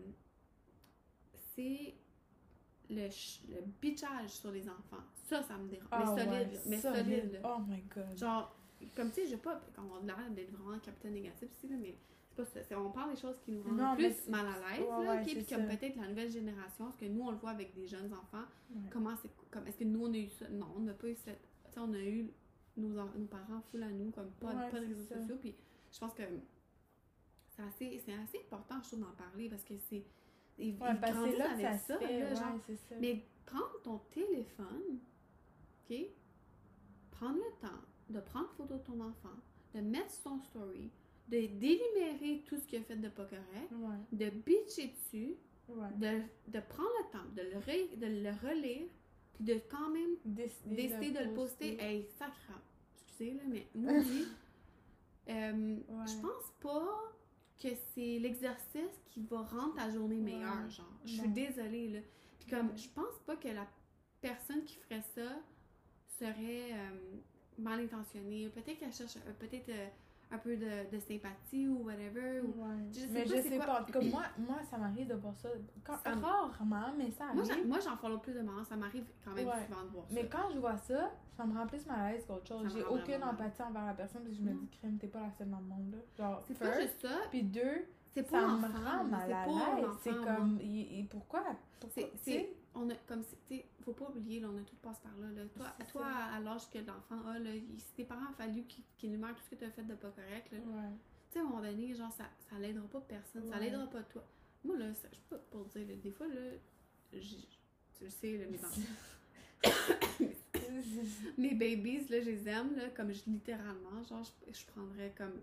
c'est le, ch- le bitchage sur les enfants. Ça, ça me dérange. Ah, mais solide, ouais, là, mais solide. solide, là. Oh my god. Genre, comme tu sais, je vais pas, on a l'air d'être vraiment capitaine négatif ici, là, mais c'est pas ça. C'est- on parle des choses qui nous rendent Non, mais plus c'est- mal à l'aise, ouais, là, ouais, ok? c'est Puis comme ça. peut-être la nouvelle génération, parce que nous, on le voit avec des jeunes enfants, Ouais. comment c'est, comme, est-ce que nous, on a eu ça? Non, on n'a pas eu cette, tu sais, on a eu nos, en- nos parents full à nous, comme pas, Ouais, pas de c'est réseaux ça. sociaux, puis je pense que c'est assez, c'est assez important, je trouve, d'en parler, parce que c'est, ils, Ouais, ils parce que grandissent c'est là que avec ça ça, se fait. là, Ouais, genre, c'est ça. mais prendre ton téléphone, ok? Prendre le temps de prendre photo de ton enfant, de mettre son story, de d'énumérer tout ce qu'il a fait de pas correct, Ouais. de bitcher dessus, Ouais. de, de prendre le temps de le, re- de le relire, puis de quand même Décider, décider de le poster. poster. Hey, sacré. Excusez, là, mais moi, dit, euh, Ouais. je pense pas que c'est l'exercice qui va rendre ta journée Ouais. meilleure, genre. Je suis Non. désolée, là. Puis comme, Ouais. je pense pas que la personne qui ferait ça serait euh, mal intentionnée. Peut-être qu'elle cherche euh, peut-être euh, un peu de, de sympathie ou whatever. Ou... Ouais. Je sais mais pas je c'est sais quoi. pas. En tout cas, moi, moi, ça m'arrive de voir ça. Quand, Ça me- rarement, mais ça Moi, arrive. j'en, moi, j'en follow plus de moments. Ça m'arrive quand même Ouais. souvent de voir ça. Mais quand je vois ça, ça me rend plus mal à l'aise qu'autre chose. Ça me J'ai rend aucune vraiment mal. empathie envers la personne parce que je me Non. dis, crime, t'es pas la seule dans le monde, là. Genre, C'est pas first, juste ça. puis deux, C'est pour ça me l'enfant. rend mal C'est à pour l'aise. l'enfant, C'est moi. comme, et, et pourquoi? pourquoi C'est, tu c'est, sais? on a, comme, c'est, t'sais, faut pas oublier, là, on a tout passe par là, là. Toi, C'est toi ça. à l'âge que l'enfant a, là, il- si tes parents ont fallu qu'ils, qu'ils énumèrent tout ce que tu as fait de pas correct, là, Ouais. tu sais, à un moment donné, genre, ça, ça l'aidera pas personne, ça Ouais. l'aidera pas toi. Moi, là, ça, je peux pas pour dire, là, des fois, là, j'ai- tu le sais, là, mes enfants, mes babies, là, je les aime, là, comme je, littéralement, genre, je, je prendrais comme,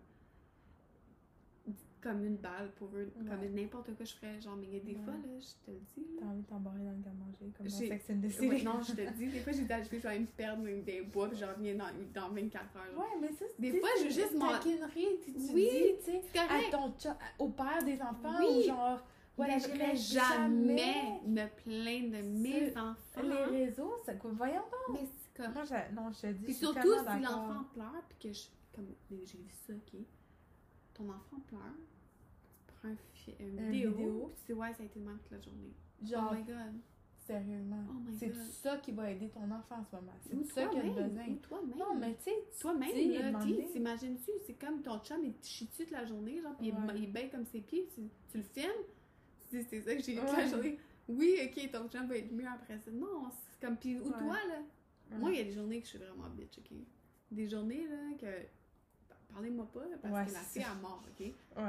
comme une balle pour eux, Ouais. comme n'importe quoi je ferais, genre, mais il y a des Ouais. fois, là, je te le dis, là. T'as envie de t'embarrer dans le garde-manger, comme dans J'ai- Sex and the Ouais, City. non, je te dis, des fois, j'ai dit, je vais aller me perdre dans des bois, puis je reviens dans, dans vingt-quatre heures. genre. Ouais, mais ça, c'est Des tu sais, fois, je veux c'est juste une m'en- taquinerie, tu, tu Oui, dis, tu sais, C'est à correct. ton cha- au père des enfants, Oui. ou genre, Mais voilà, j'irai mais jamais me plaindre de mes C'est- enfants. Les réseaux, c'est quoi? Voyons donc. Mais c'est comme. Moi, je, non, je te dis, Puis je suis surtout, tellement si d'accord. l'enfant pleure, puis que je. Comme j'ai vu ça, ok. Ton enfant pleure, tu prends un fi- une Une vidéo, vidéo. puis tu sais, ouais, ça a été le même toute la journée. Genre, Oh my god. sérieusement. Oh my C'est god. ça qui va aider ton enfant en ce moment. C'est Ou ça qu'il a toi-même, besoin. ou toi-même. Non, mais tu sais, Toi-même, dis, là, demander. tu t'imagines-tu, c'est comme ton chum, il te chie dessus toute la journée, genre, pis il est- Ouais. il est bien comme ses pieds, tu, tu le filmes, tu dis, c'est ça que j'ai eu toute Ouais. la journée. Oui, ok, ton chum va être mieux après ça. Non, c'est comme, pis ou Ouais. toi, là. Ouais. Moi, il y a des journées que je suis vraiment bitch, ok? Des journées, là, que. Parlez-moi pas, là, parce Ouais, que la c'est fille ça. a mort, ok? Ouais. Si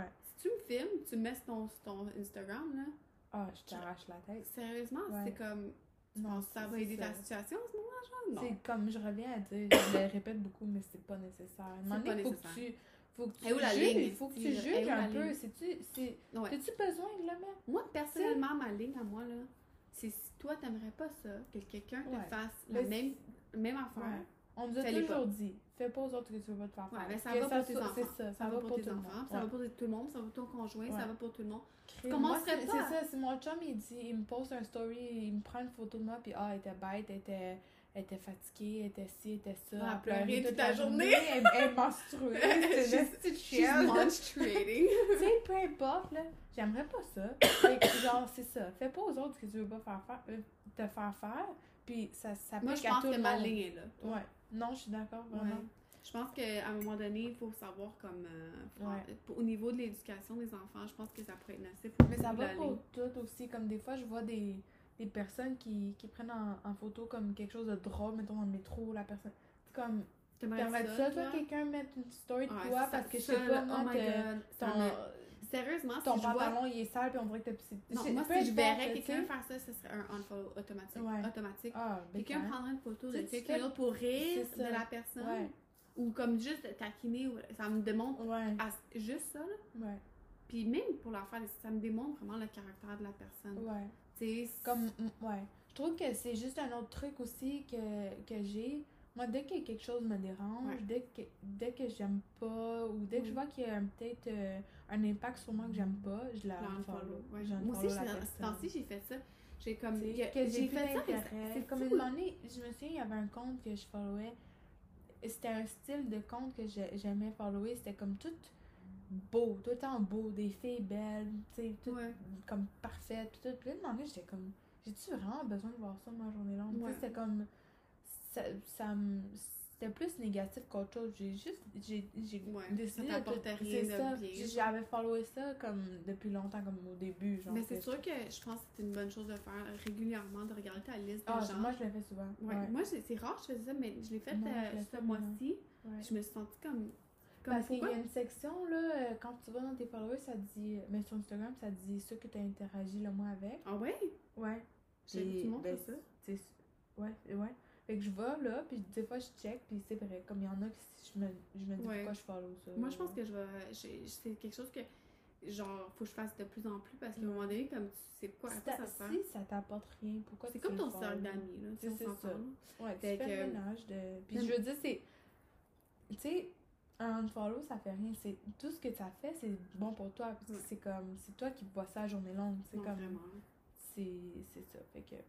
tu me filmes, tu me mets sur ton, sur ton Instagram, là. Ah, je t'arrache la tête. Sérieusement, Ouais. c'est comme... Tu Non, penses que ça va c'est aider ça. ta situation en ce moment, genre? Non. C'est comme je reviens à dire, je le répète beaucoup, mais c'est pas nécessaire. À un moment C'est pas donné, faut que nécessaire. tu. Faut que tu Et où la juges, ligne, il faut que tu c'est- et juges où la un peu. ligne? C'est-tu, c'est, Ouais. as-tu besoin de le mettre? Moi, personnellement, ma ligne à moi, là, c'est si toi, t'aimerais pas ça, que quelqu'un te Ouais. fasse la Mais même, même affaire. Ouais. On nous a Fais-les toujours pas. dit, fais pas aux autres que tu veux pas te faire Ouais, faire. mais ça Que va pour tes soit- enfants. C'est ça, ça, va pour, tes tout le enfants, monde. ça va Ouais. pour tout le monde, ça va pour ton conjoint, ça Ouais. va pour tout le monde. Crime. Comment Moi, serait c'est, pas? c'est ça, c'est mon chum, il dit, il me poste un story, il me prend une photo de moi, puis ah, elle était bête, elle était, elle était fatiguée, elle était ci, elle était ça. Elle a elle pleurait pleuré toute toute la la journée. journée. Elle, elle menstruait, c'était une petite She's chienne. menstruating. Tu sais, peu importe, là, j'aimerais pas ça. Fait que, genre, c'est ça. Fais pas aux autres ce que tu veux pas faire, faire euh, te faire faire, puis ça s'applique Moi, je à pense tout que le ma monde. ligne est là. Ouais. Non, je suis d'accord, Ouais. vraiment. Je pense qu'à un moment donné, il faut savoir comme... euh, faut- Ouais. pour- au niveau de l'éducation des enfants, je pense que ça pourrait être nocif. Mais ça au niveau va de la pour ligne. tout aussi. Comme des fois, je vois des, des personnes qui, qui prennent en, en photo comme quelque chose de drôle, mettons dans le métro, la personne. C'est comme, T'aimerais t'aimerais ça, toi, quelqu'un mettre une story de Ouais, toi ça, parce que je ça, sais pas, là, moi, oh my t'es- God, ça ton, me- Sérieusement, ton si je vois... pantalon il est sale puis on dirait que t'as pissé. Non, sais- moi, peu si je importe, verrais tu quelqu'un sais. faire ça, ce serait un unfollow automatique. Ouais. automatique. Ah, Quelqu'un bécane. prendrait une photo de Tu sais, tu quelqu'un fais- d'autre pour rire c'est de ça. la personne. Ouais. Ou comme juste de taquiner. ou- Ça me démontre Ouais. à- juste ça, là. Ouais. Puis même pour leur faire, ça me démontre vraiment le caractère de la personne. Ouais. Tu sais, c'est- Comme, mm, ouais. Je trouve que c'est juste un autre truc aussi que, que j'ai. Moi, dès que quelque chose me dérange, Ouais. dès que, dès que j'aime pas, ou dès que je Oui. vois qu'il y a un- peut-être euh, un impact sur moi que j'aime pas, je la je unfollow. l'unfollow. Ouais. Je Moi aussi, unfollow la je- ce personne. temps-ci, j'ai fait ça. J'ai comme. Tu sais, il y a- que j'ai j'ai plus fait ça. mais d'intérêt. c'est- C'est Comme fou. une moment donné, je me souviens, il y avait un compte que je followais. C'était un style de compte que j'ai- j'aimais follower. C'était comme tout beau, tout le temps beau, des filles belles, tu sais, tout Ouais. comme parfaites, tout. Puis là, à un moment donné, j'étais comme, j'ai-tu vraiment besoin de voir ça, ma journée longue? Tu sais, Ouais. c'était comme, ça, ça me- c'était plus négatif qu'autre chose. J'ai juste, j'ai, j'ai Ouais, décidé ça de t'apportait tout- rien c'est de ça. bien. J'ai- J'avais followé ça comme depuis longtemps, comme au début, genre. Mais c'est que- sûr que je pense que c'est une bonne chose de faire régulièrement, de regarder ta liste de Ah, gens. moi, je le fais souvent. Ouais. Ouais. Moi, j'ai- c'est rare que je faisais ça, mais je l'ai fait Moi, euh, je l'ai ce fait, mois-ci. Ouais. Je me suis sentie comme. comme Parce qu'il y pourquoi? a une section, là, euh, quand tu vas dans tes followers, ça te dit, mais sur Instagram, ça te dit ceux que tu as interagi le mois avec. Ah ouais? Ouais. Je savais que tout le monde ben, fait ça. c'est- Ouais, ouais. Fait que je vais là, puis des fois je check, puis c'est vrai, comme il y en a que je me, je me dis Ouais. pourquoi je follow ça. Moi, je pense que je vais. j'ai- C'est quelque chose que. Genre, faut que je fasse de plus en plus parce qu'à un Ouais. moment donné, comme tu sais quoi, à Si, quoi t'as- ça sert. si ça t'apporte rien, pourquoi C'est tu comme le ton follow? cercle d'amis, là. C'est- Si c'est on ça. s'entend, là. Ouais, tu Fait fais que- le ménage de. Puis Même- je veux dire, c'est. Tu sais, un unfollow, ça fait rien. C'est tout ce que ça fait, c'est bon pour toi. Parce que Ouais. c'est comme. C'est toi qui vois ça à journée longue. C'est Non, comme. vraiment. C'est c'est ça. Fait que.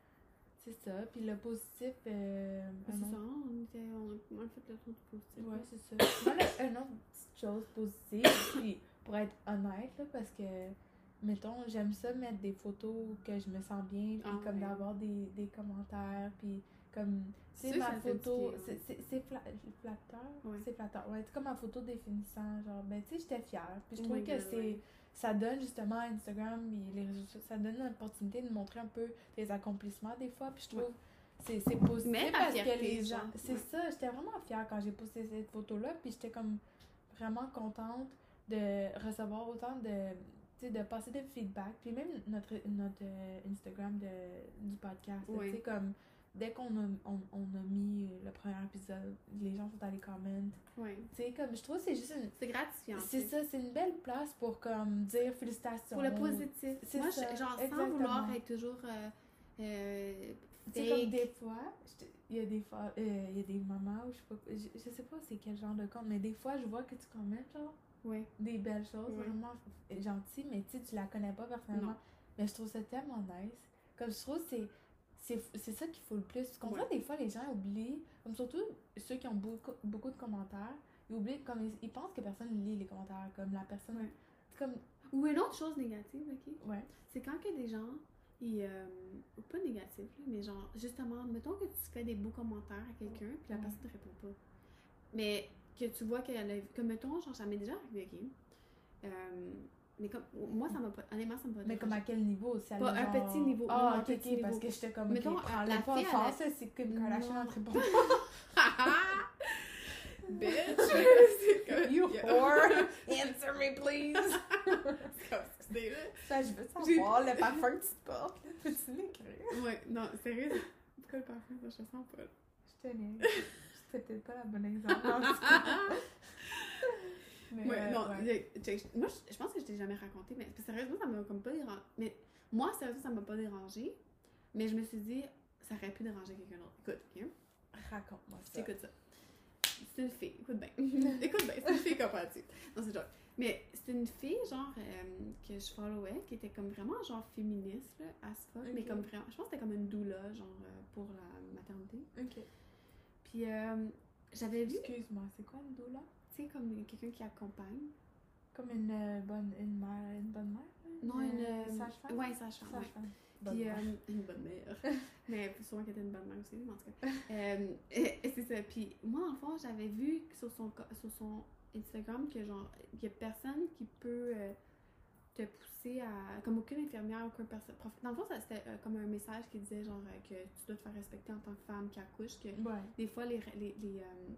C'est ça. Puis le positif. Euh, Mais un c'est autre- ça, on, était, on a on a fait le tour du positif. Ouais, là. c'est ça. Moi, là, une autre petite chose positive, puis pour être honnête, là, parce que, mettons, j'aime ça mettre des photos que je me sens bien, puis Ah, comme ouais. d'avoir des, des commentaires, puis comme, tu C'est sais, sûr ma que ça fait photo, du bien, c'est ouais. c'est- c'est fla- flatteur? Ouais. C'est flatteur, ouais, c'est comme ma photo définissant, genre, ben, tu sais, j'étais fière, puis je Oh trouvais my que God, c'est, ouais. ça donne justement à Instagram et les réseaux sociaux, ça donne l'opportunité de montrer un peu les accomplissements des fois, puis je trouve... Ouais. C'est c'est positif Mais ta parce que fierté, les gens. genre, C'est ouais. ça, j'étais vraiment fière quand j'ai posté cette photo-là, puis j'étais comme vraiment contente de recevoir autant de. Tu sais, de passer des feedbacks. Puis même notre, notre euh, Instagram de, du podcast, là, Ouais. tu sais, comme dès qu'on a, on, on a mis le premier épisode, les gens sont allés comment. Ouais. Tu sais, comme je trouve que c'est juste une. C'est gratifiant. C'est tu sais. ça, c'est une belle place pour comme dire félicitations. Pour le positif. C'est Moi, ça, je- genre, sans exactement. vouloir être toujours. Euh, euh, Tu sais, comme fake. des fois, je te- il y a des fois, euh, il y a des moments où je sais pas, je, je sais pas c'est quel genre de compte, mais des fois je vois que tu commentes genre Ouais. des belles choses, Ouais. vraiment f- gentilles, mais tu sais, tu la connais pas personnellement. Non. Mais je trouve ça tellement nice. Comme je trouve que c'est c'est c'est ça qu'il faut le plus. Parce qu'on Ouais. voit des fois les gens oublient, comme surtout ceux qui ont beaucoup, beaucoup de commentaires, ils oublient comme ils, ils pensent que personne lit les commentaires, comme la personne. Ouais. C'est comme Ou une autre chose négative, ok? ouais. C'est quand que des gens, ils, euh, pas négatifs, là, mais genre, justement, mettons que tu fais des beaux commentaires à quelqu'un, puis la Ouais. personne te répond pas. Mais que tu vois qu'elle a. Comme mettons, genre, ça m'est déjà arrivé, ok? Euh, mais comme. Moi, ça m'a pas. Honnêtement, ça m'a pas Mais comme à quel niveau? Si elle Pas a un genre- petit niveau, Ah, non, un ok, petit ok, parce niveau. que j'étais comme. Mettons, ok, prends-le la pas en fille, elle a- français, c'est Kim Kardashian, Non. elle te répond. bitch! C'est comme... You Yeah. whore! Answer me, please! C'est comme, excusez, là. Ça, je veux savoir le parfum que tu te portes. Peux-tu m'écrire? Ouais, non, sérieux, c'est pourquoi le parfum, ça, je le sens pas. Je tenais. C'était peut-être pas la bonne exemple. en tout cas. Mais, Ouais, euh, non, ouais. je- je- moi, je, je pense que je t'ai jamais raconté, mais parce que sérieusement, ça m'a comme pas dérangé. Mais moi, sérieusement, ça m'a pas dérangé, mais je me suis dit, ça aurait pu déranger quelqu'un d'autre. Écoute, ok? Raconte-moi ça. Écoute ça. C'est une fille, écoute bien. Écoute bien, c'est une fille comparative. Non, c'est genre. Mais c'est une fille, genre, euh, que je followais, qui était comme vraiment, genre, féministe, là, as fuck, mais Ok. comme vraiment. Je pense que c'était comme une doula, genre, euh, pour la maternité. Ok. Puis, euh, j'avais vu, Excuse-moi, c'est quoi une doula? tu sais, comme quelqu'un qui accompagne. Comme une euh, bonne une mère, une bonne mère? là? Non, une. euh, sage-femme? Ouais, sage-femme. Ouais. Sage-femme. Bonne Puis, mère. euh, une bonne mère. Mais sûrement qu'elle était une bonne mère aussi, mais en tout cas. Euh, et- et c'est ça. Puis, moi, en fond, j'avais vu sur son, co- sur son Instagram que, genre, il y a personne qui peut euh, te pousser à. Comme aucune infirmière, aucune personne. prof- Dans le fond, ça, c'était euh, comme un message qui disait, genre, euh, que tu dois te faire respecter en tant que femme qui accouche, que Ouais. des fois, les. les, les euh,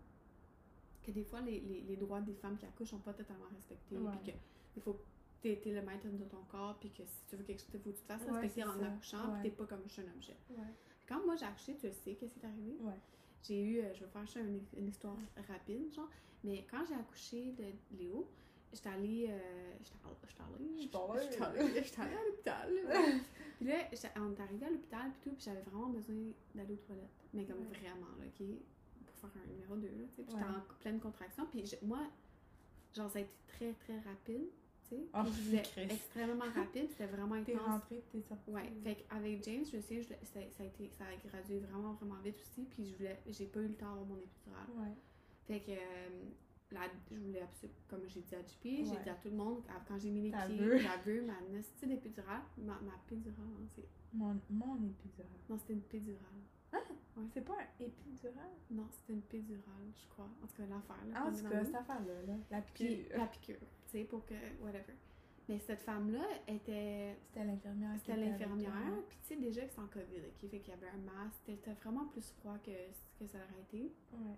que des fois, les, les, les droits des femmes qui accouchent sont pas totalement respectés. Ouais. Puis que des fois, t'es, t'es le maître de ton corps, puis que si tu veux quelque chose, il faut que tu te fasses Ouais, respecter c'est en ça. accouchant, Ouais. puis t'es pas comme juste un objet. Ouais. Quand moi j'ai accouché, tu le sais qu'est-ce qui est arrivé? Ouais. J'ai eu, euh, je vais faire ça une, une histoire rapide, genre, mais quand j'ai accouché de Léo, j'étais allée, euh, j'étais allée, j'étais allée, J'étais allée. j'étais allée, j'étais allée à l'hôpital. Puis là, j'étais- on est arrivé à l'hôpital, puis tout, puis j'avais vraiment besoin d'aller aux toilettes, mais comme Ouais. vraiment, là, ok, pour faire un numéro deux, là, tu sais, puis j'étais Ouais. en pleine contraction, puis je- moi, genre, ça a été très, très rapide, tu sais, Oh, puis je voulais Christ. extrêmement rapide, c'était vraiment T'es intense. rentrée, t'es sortie. Ouais, fait qu'avec James, je sais, je, ça, ça a été, ça a gradué vraiment, vraiment vite aussi, puis je voulais, j'ai pas eu le temps d'avoir mon épidurale. Ouais. Fait que, euh, la, je voulais, absolument, comme j'ai dit à J P, j'ai Ouais. dit à tout le monde, à- quand j'ai mis les Ta pieds, vœu. la vœu, ma nasty d'épidurale, ma, ma pédurale, hein, c'est, Mon, mon épidural. non, c'était une pédurale. Ouais. C'est pas un épidural? Non, c'était une pédurale, je crois. En tout cas, l'affaire, là. Ah, en qu'on tout est cas, dans cette affaire-là, là. La Puis piqûre. la piqûre, tu sais, pour que, whatever. Mais cette femme-là était, C'était l'infirmière. qui c'était était avec l'infirmière, toi. puis tu sais, déjà que c'était en COVID, ok? Fait qu'il y avait un masque, c'était vraiment plus froid que, que ça aurait été. Ouais.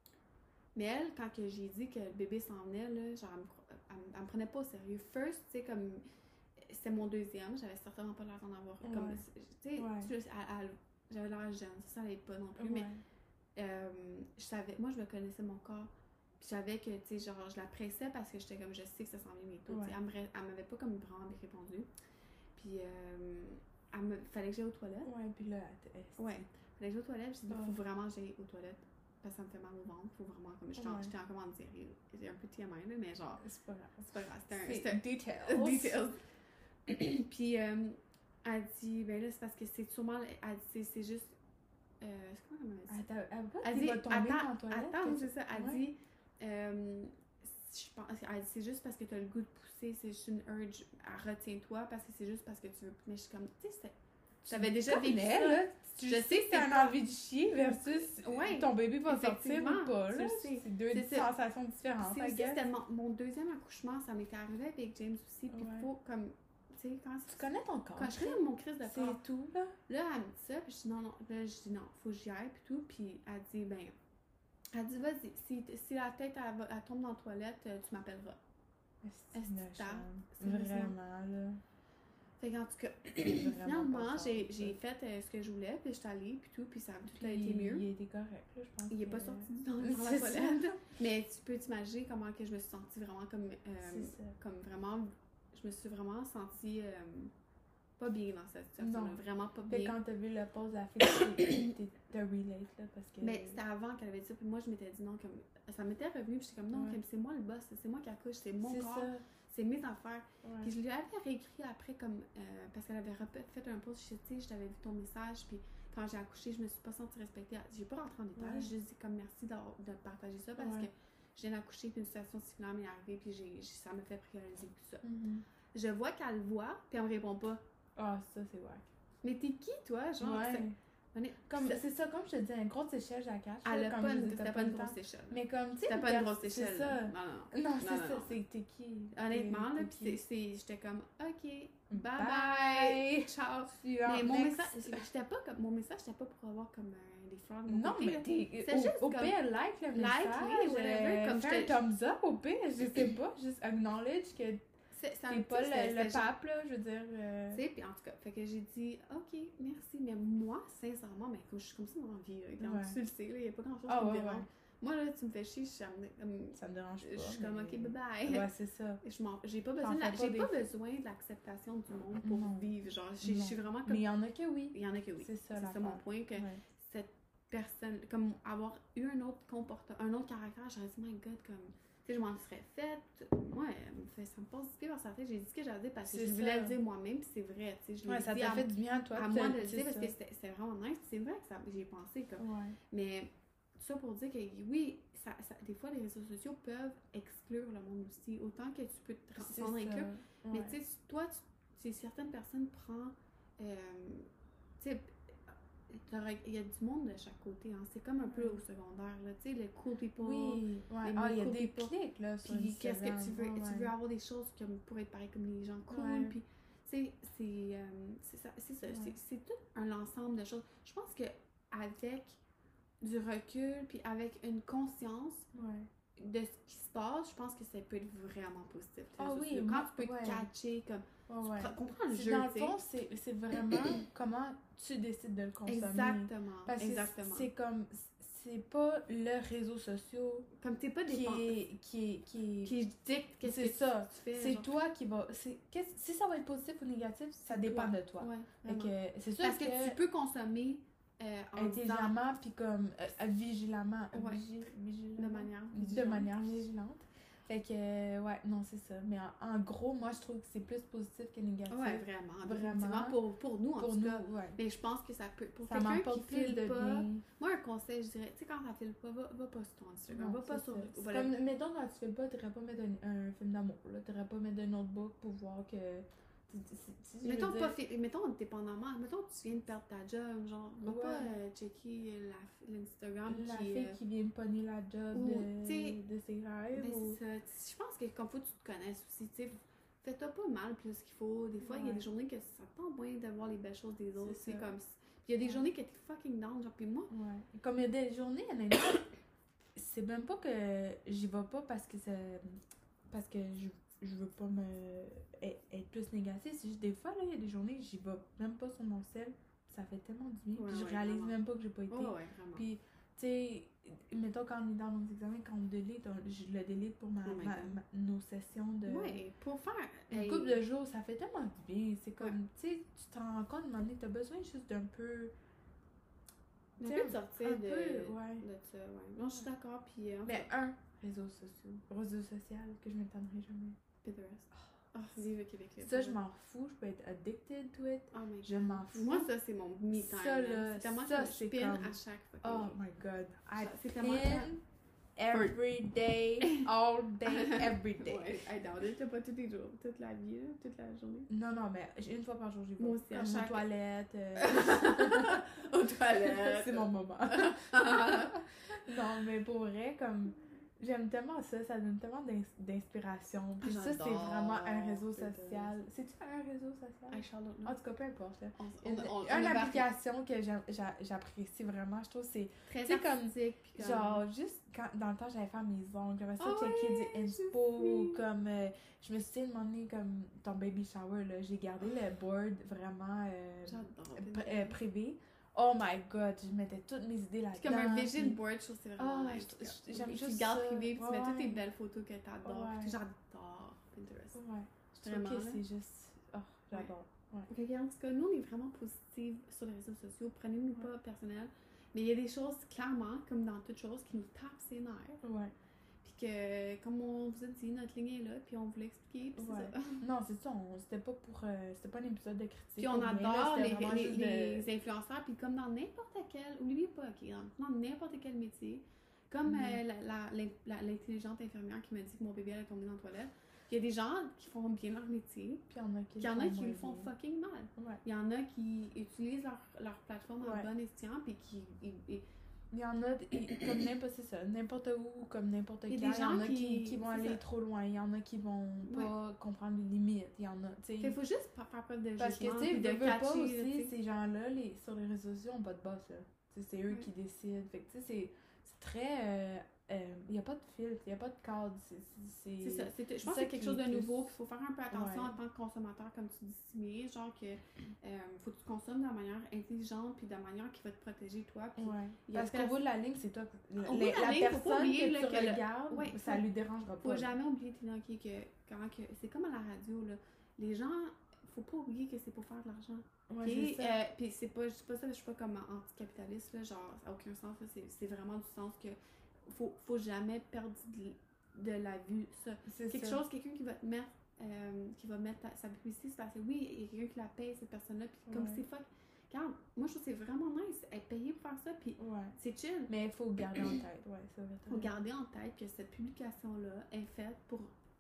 Mais elle, quand que j'ai dit que le bébé s'en venait, là, genre, elle me, cro- elle, me- elle me prenait pas au sérieux. First, tu sais, comme, c'était mon deuxième, j'avais certainement pas l'air d'en avoir. Comme, Ouais. tu sais, Ouais. tu sais, elle- elle- j'avais l'air jeune, ça, ça allait pas non plus, mais Ouais. euh, je savais, moi, je me connaissais mon corps. Puis je savais que, tu sais, genre, je la pressais parce que j'étais comme, je sais que ça s'en vient bientôt. tu sais. Ouais. Elle me ré- elle m'avait pas comme vraiment répondu. Puis, euh, elle me, fallait que j'aille aux toilettes. Ouais, puis là, elle te- elle- Ouais, fallait que j'aille aux toilettes. Je me Ouais. faut vraiment que j'aille aux toilettes. Parce que ça me fait mal au ventre. Faut vraiment, comme, j'étais en, Ouais. j'étais en comment dire, j'ai un peu T M I, là, mais genre, c'est pas grave. c'est pas grave. C'était un. C'est c'était un- details. Details. Puis, euh, elle dit, ben là, c'est parce que c'est sûrement. Elle dit, c'est- c'est juste. Euh, c'est quoi elle m'a dit? Elle t'a- elle va Elle dit, dit, va tomber attends, dans la toilette. attends, que c'est tu- ça. Elle Ouais. dit, euh, je pense, elle dit, c'est juste parce que t'as le goût de pousser, c'est juste une urge. Elle retiens-toi parce que c'est juste parce que tu veux. Mais je suis comme, tu sais, c'est- j'avais déjà vécu connais, ça. là. Je Tu sais sais que que c'est t'as pas- un envie de chier versus Ouais, ton bébé va sortir effectivement, ou pas. tu Là. le sais. C'est deux C'est ça. sensations différentes. C'est I aussi, guess. c'était mon, mon deuxième accouchement, ça m'était arrivé avec James aussi. Puis Ouais. faut comme, tu sais, quand, Tu connais ton corps. quand je connais mon crise de corps, C'est tout, là. là, elle me dit ça, puis je dis non, non. Là, je dis non, faut que j'y aille, puis tout. Puis elle dit, ben, elle dit, vas-y, si, si la tête, elle, va- elle tombe dans la toilette, euh, tu m'appelleras. C'est Est-ce que méchant. t'as- sérieusement? Vraiment, là. Fait qu'en tout cas, Vraiment finalement, pas j'ai, fort, j'ai ça. fait euh, ce que je voulais, puis je suis allée, puis tout, puis ça tout Puis a été mieux. Il a été correct, là, je pense. Il est que- pas sorti dans, dans la C'est ça. toilette. Mais tu peux t'imaginer comment que je me suis sentie vraiment comme... euh, C'est ça. comme vraiment... Je me suis vraiment sentie euh, pas bien dans cette situation. Non. Vraiment pas Fait que bien. quand t'as vu le pause, la fille, t'es- t'es- t'as relate, là, parce que... Mais c'était avant qu'elle avait dit ça, puis moi je m'étais dit non, comme... Ça m'était revenu, puis j'étais comme non, Ouais. comme c'est moi le boss, c'est moi qui accouche, c'est mon c'est corps, ça. c'est mes affaires. Ouais. Puis je lui avais réécrit après, comme... euh, parce qu'elle avait rep- fait un post, je sais, je t'avais vu ton message, puis quand j'ai accouché, je me suis pas sentie respectée. J'ai pas rentré en détail, Ouais. j'ai juste dit comme merci d'avoir- de partager ça, parce Ouais. que je viens d'accoucher, puis une situation similaire m'est arrivée, puis j'ai, j'ai- ça m'a fait réaliser tout ça. Mhm. Je vois qu'elle le voit, puis elle me répond pas. Ah, ça, c'est wack. Mais t'es qui, toi? Genre, Ouais. c'est- Honnête- Comme, ça- c'est ça, comme je te dis, une grosse échelle, je la cache. Elle là, a comme pas je une, disais, c'était t'as pas une le temps. grosse échelle. Mais comme, tu sais, C'était pas une grosse c'est échelle. ça. là. Non, non, non. Non, c'est non, ça, non. c'est t'es qui? Honnêtement, T'es- là, t'es pis qui? c'est, c'est, j'étais comme, OK, bye bye, Bye. ciao. Suivant, Mais mon next. message, j'étais pas comme, mon message, j'étais pas pour avoir comme euh, des fleurs de mon Non, côté, mais là. t'es. C'est Au, juste au comme- pire, like le Like, message. oui, whatever, euh, comme fais un j'étais- thumbs up au pire, je sais pas. Juste acknowledge que C'est, c'est un t'es petit- pas c'était- le, le c'était pape, là, je veux dire. euh, Tu sais, puis en tout cas, fait que j'ai dit, OK, merci, mais moi, sincèrement, mais comme je suis comme ça dans la vie, là, quand Ouais. tu le sais, il n'y a pas grand-chose Ah, qui me ouais, dérange. ouais. Moi, là, tu me fais chier, je suis comme, Ça me dérange je pas. suis comme, mais- OK, bye-bye. Ouais, c'est ça. Je m'en- j'ai pas T'en besoin, de la- fais pas j'ai pas des- besoin de l'acceptation du monde pour Non. vivre. Genre, j'ai- je Non. suis vraiment Mais comme. il y en a que oui. Il y en a que oui. C'est ça, C'est ça l'affaire. mon point, que Ouais. cette personne, comme avoir eu un autre comportement, un autre caractère, j'aurais dit, my god, comme. Tu sais, je m'en serais faite. Moi, elle me fait, ça me passe du pied par sa tête. J'ai dit ce que j'avais dit parce que C'est je voulais ça. le dire moi-même, puis c'est vrai. Tu sais, je l'ai Ouais, ça dit t'a à, fait du bien à toi. à de moi te- de le c'est dire parce ça. que c'était c'était vraiment nice. Puis c'est vrai que ça- j'y ai pensé. Comme. Ouais. Mais tout ça pour dire que oui, ça, ça- des fois, les réseaux sociaux peuvent exclure le monde aussi. Autant que tu peux te C'est rendre ça. inclure. Mais Ouais. tu sais, toi, tu, tu sais, certaines personnes prennent. Euh, tu sais, t'aurais- il y a du monde de chaque côté. Hein. C'est comme un peu au secondaire. Là. Tu sais, les cool people. Oui, ouais. les Ah, il y a cool des people. clics, là, sur Puis qu'est-ce que tu Instagram. veux? Ouais, Tu ouais. veux avoir des choses comme, pour être pareil comme les gens cool. Ouais. Puis, tu sais, c'est, euh, c'est ça. C'est, ça Ouais. c'est, c'est tout un ensemble de choses. Je pense que avec du recul, puis avec une conscience Ouais. de ce qui se passe, je pense que ça peut être vraiment positif. les Ah réseaux oui, sociaux. moi- Quand tu peux ouais. te catcher, comme, Ouais, ouais. tu comprends le C'est- jeu, Dans le tu sais. fond, c'est c'est vraiment comment tu décides de le consommer. Exactement. Parce que exactement. c'est comme, c'est pas le réseau social Comme t'es pas qui dépendant. est, qui est, qui est, Qui dicte qu'est-ce c'est que ça. tu fais. C'est genre. toi qui va, c'est, qu'est-ce- si ça va être positif ou négatif, ça C'est dépend toi. de toi. Ouais, Fait vraiment. que c'est sûr Parce que, que, tu peux consommer euh, en disant intelligemment puis comme euh, euh, vigilamment, euh, Ouais. vigi- vigilamment, de manière de vigilante. manière vigilante. Fait que, euh, ouais, non, c'est ça. Mais en, en gros, moi, je trouve que c'est plus positif que négatif. Ouais, vraiment. Vraiment. Vraiment. Pour, pour nous, en Pour tout nous, cas. ouais. Mais je pense que ça peut. Pour Ça quelqu'un m'apporte qui plus file de pas. bien. Moi, un conseil, je dirais, tu sais, quand ça file pas, va, va pas sur ton Instagram. Non, va pas c'est sur. ça. C'est voilà. Comme, mettons, quand tu fais pas, t'aurais pas mettre un, un film d'amour, là. T'aurais pas mettre un notebook pour voir que. tu- tu- tu- tu- je veux Mettons, dire- pas fi- mettons, dépendamment. Mettons, tu viens de perdre ta job. Genre, va Ouais. pas euh, checker la- l'Instagram La qui fille est. qui vient de pogner la job ou, de, t'sais, de ses rêves. Ben, ou... c'est ça. Tu- Je pense que comme faut que tu te connaisses aussi, tu sais, fais-toi pas mal plus qu'il faut. Des fois, il y a Ouais. des journées que ça te tente moins de voir les belles choses des autres. C'est C'est ça. comme. Il y a des Ouais. journées que t'es fucking down, genre, puis moi, Ouais. Comme il y a des journées, honnêtement, c'est même pas que j'y vais pas parce que ça. Parce que je, je veux pas me. être être plus négative. C'est juste des fois, là, il y a des journées, j'y vais même pas sur mon sel. Ça fait tellement du bien. Ouais, puis je ouais, réalise vraiment. même pas que j'ai pas été. oh, ouais, vraiment. Puis, tu sais, mettons quand on est dans nos examens, quand on delete, on- je le delete pour ma, Oh my ma- God. ma- nos sessions de. Ouais, pour faire. Une hey, couple de jours, ça fait tellement du bien. C'est comme, tu sais, tu t'en rends compte, à un moment donné, t'as besoin juste d'un peu. un tu peu sais, de sortir un de, peu, ouais. de ça, ouais. Non, je suis d'accord, puis euh, en Mais fait, un réseau social, réseau social que je m'étonnerai jamais. Pinterest. Oh, vive le Québec. là, Ça, pour je vrai. m'en fous, je peux être addicted to it. Oh my Je God. m'en fous. Moi, ça, c'est mon me time. Ça, là. là, C'est tellement ça, que je c'est pine comme- à chaque fois. Oh my god. I C'est tellement. pin every day, all day, every day. Ouais, hey, non, t'as pas tous les jours, toute la vie, là, toute la journée. Non, non, mais j'ai- une fois par jour, j'y vais. Moi aussi, à Comme chaque- aux toilettes. euh, Aux toilettes. c'est mon moment. Non, mais pour vrai, comme. J'aime tellement ça, ça donne tellement d'ins- d'inspiration. Puis ça, c'est J'adore vraiment un réseau Pinterest. social. C'est-tu un réseau social? Hey, Charlotte, En tout cas, peu importe. Là. on, on, Une, on, on une a application que j'a- j'a- j'apprécie vraiment, je trouve, c'est très tu sais, comme- artistique, puis comme- genre juste quand dans le temps j'allais faire mes ongles, j'avais ça Ah checker ouais, du je inspo sais. ou comme euh, je me suis dit demandé comme ton baby shower là, j'ai gardé le board vraiment euh, J'adore. pr- euh, privé. Oh my god, je mettais toutes mes idées là-dedans. C'est comme un vision puis- board, je trouve que c'est vraiment Ah, nice. je- je- j'aime Tu juste gardes ça. privé, puis tu mets Ouais. toutes tes belles photos que t'adores. Ouais. puis J'adore Pinterest. Ouais, je trouve Vraiment, que là. c'est juste oh, j'adore. Ouais. Fait que, en tout cas, nous, on est vraiment positifs sur les réseaux sociaux. Prenez-nous pas personnel. Mais il y a des choses, clairement, comme dans toute chose, qui nous tapent ses nerfs. Ouais. Puis que, comme on vous a dit, notre ligne est là, puis on vous l'a expliqué, puis Ouais. c'est ça. Non, c'est ça, on- c'était pas pour euh, c'était pas un épisode de critique. Puis on ou rien, là, adore c'était les, vraiment les, juste de- les influenceurs, puis comme dans n'importe quel, oubliez pas, ok, dans, dans n'importe quel métier, comme Mhm. euh, la- la- l'in- la- l'intelligente infirmière qui m'a dit que mon bébé allait tomber dans la toilette, il y a des gens qui font bien leur métier, Puis il y en a qui, il y en a qui le moins font bien. fucking mal. Ouais. Il y en a qui utilisent leur, leur plateforme en Ouais. bon escient, puis qui... et- et- Il y en a, et- comme n'importe, c'est ça, n'importe où, comme n'importe Il y quand. a des Il y en gens a qui, qui- qui vont c'est aller ça. trop loin. Il y en a qui vont pas comprendre les limites. Il y en a, tu Il sais. faut juste pas faire preuve de Parce que, jugement, tu sais, puis de veux, veux pas catcher, là, aussi, tu sais. ces gens-là, les, sur les réseaux sociaux, ont pas de boss, là. Tu sais, c'est eux Ouais. qui décident. Fait que, tu sais, c'est, c'est très. euh, euh, Il y a pas de filtre, il y a pas de cadre. C'est, c'est, C'est ça. C'est- je c'est pense que ça c'est quelque qui chose de est plus- nouveau, qu'il faut faire un peu attention Ouais. en tant que consommateur, comme tu dis, Simé, genre que euh, faut que tu consommes de manière intelligente, puis de manière qui va te protéger, toi. Puis Ouais. il y a Parce qu'au pers- bout de la ligne, c'est toi. Au La, bout de la la ligne, faut pas personne oublier, que là, tu que le- regardes, ouais, ça faut- lui dérangera faut pas. jamais oublier, Tina, ok, que quand que c'est comme à la radio, là, les gens, faut pas oublier que c'est pour faire de l'argent. Ouais, Puis, c'est ça. euh, puis c'est pas, je dis pas ça, je suis pas comme anticapitaliste, là, genre, ça n'a aucun sens, là, c'est, c'est vraiment du sens que faut, faut jamais perdre de, de la vue ça. C'est Quelque ça. chose, quelqu'un qui va te mettre, euh, qui va mettre ta- sa publicité, c'est parce que oui, il y a quelqu'un qui la paye, cette personne-là, puis comme Ouais. c'est fuck. Regarde, moi je trouve que c'est vraiment nice, elle est payée pour faire ça, puis Ouais. c'est chill. Mais il faut garder en tête, ouais, c'est vrai. Il faut garder en tête que cette publication-là est faite pour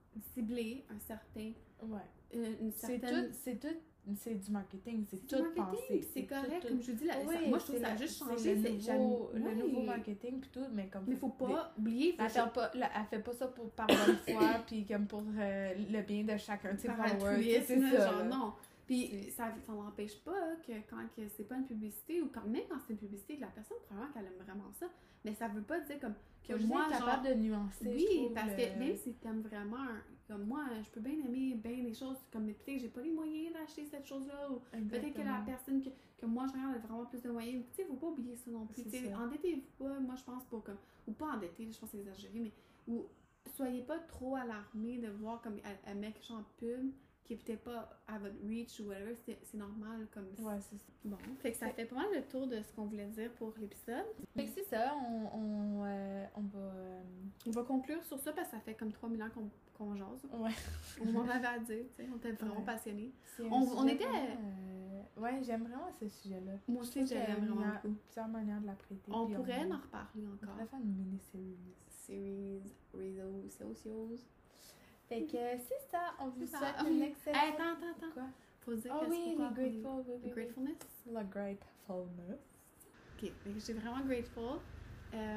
cibler un certain, Ouais. euh, une C'est certaine... tout, c'est tout, c'est du marketing, c'est du tout marketing, pensé. puis c'est correct, tout- comme je vous dis, la- Oui, ça- moi je trouve c'est que ça a la- juste c'est changé, le, c'est nouveau, jamais- le nouveau Ouais. marketing puis tout, mais comme Mais faut pas oublier, des- faut elle fait pas, la- elle fait pas ça pour par bonne foi puis comme pour euh, le bien de chacun de ses par followers, altruisme, c'est là, ça. genre là. non. Puis C'est- ça, ça n'empêche pas que quand que c'est pas une publicité ou quand même quand c'est une publicité que la personne probablement qu'elle aime vraiment ça, mais ça veut pas dire comme que Faut juste moi être genre capable de nuancer, oui, je trouve, parce le- que même si t'aimes vraiment un- comme moi, je peux bien aimer bien des choses comme mais peut-être que j'ai pas les moyens d'acheter cette chose-là ou peut-être que la Exactement. personne que, que moi je regarde a vraiment plus de moyens. Tu sais, faut pas oublier ça non plus. C'est Tu sais, ça. endettez-vous pas, moi je pense pour comme ou pas endetté, je pense que c'est exagéré, mais ou soyez pas trop alarmés de voir comme elle, elle met quelque chose en pub qui est peut-être pas à votre reach ou whatever, c'est, c'est normal comme Ouais, c'est ça. bon. Fait que ça fait pas mal le tour de ce qu'on voulait dire pour l'épisode. Fait que c'est ça, on, on, euh, on va... euh, On va conclure sur ça parce que ça fait comme trois mille ans qu'on, qu'on jase. ouais. On en avait à dire, tu sais, on était vraiment Ouais. passionnés. C'est un On- on sujet était- vraiment, euh, ouais, j'aime vraiment ce sujet-là. Moi Je aussi, trouve je qu'il y a l'aime vraiment il y a beaucoup. plusieurs manières de la prêter. On puis pourrait on, en reparler on encore. pourrait faire une mini-série. Series, réseaux sociaux. Fait que c'est ça, on vous C'est ça. souhaite Ah une oui. excellente... Hey, attends, attends, attends. Quoi? Faut dire Oh que oui, c'est les quoi pour les- grateful, oui, oui, oui. Gratefulness. Le gratefulness. Ok, fait que j'étais vraiment grateful euh,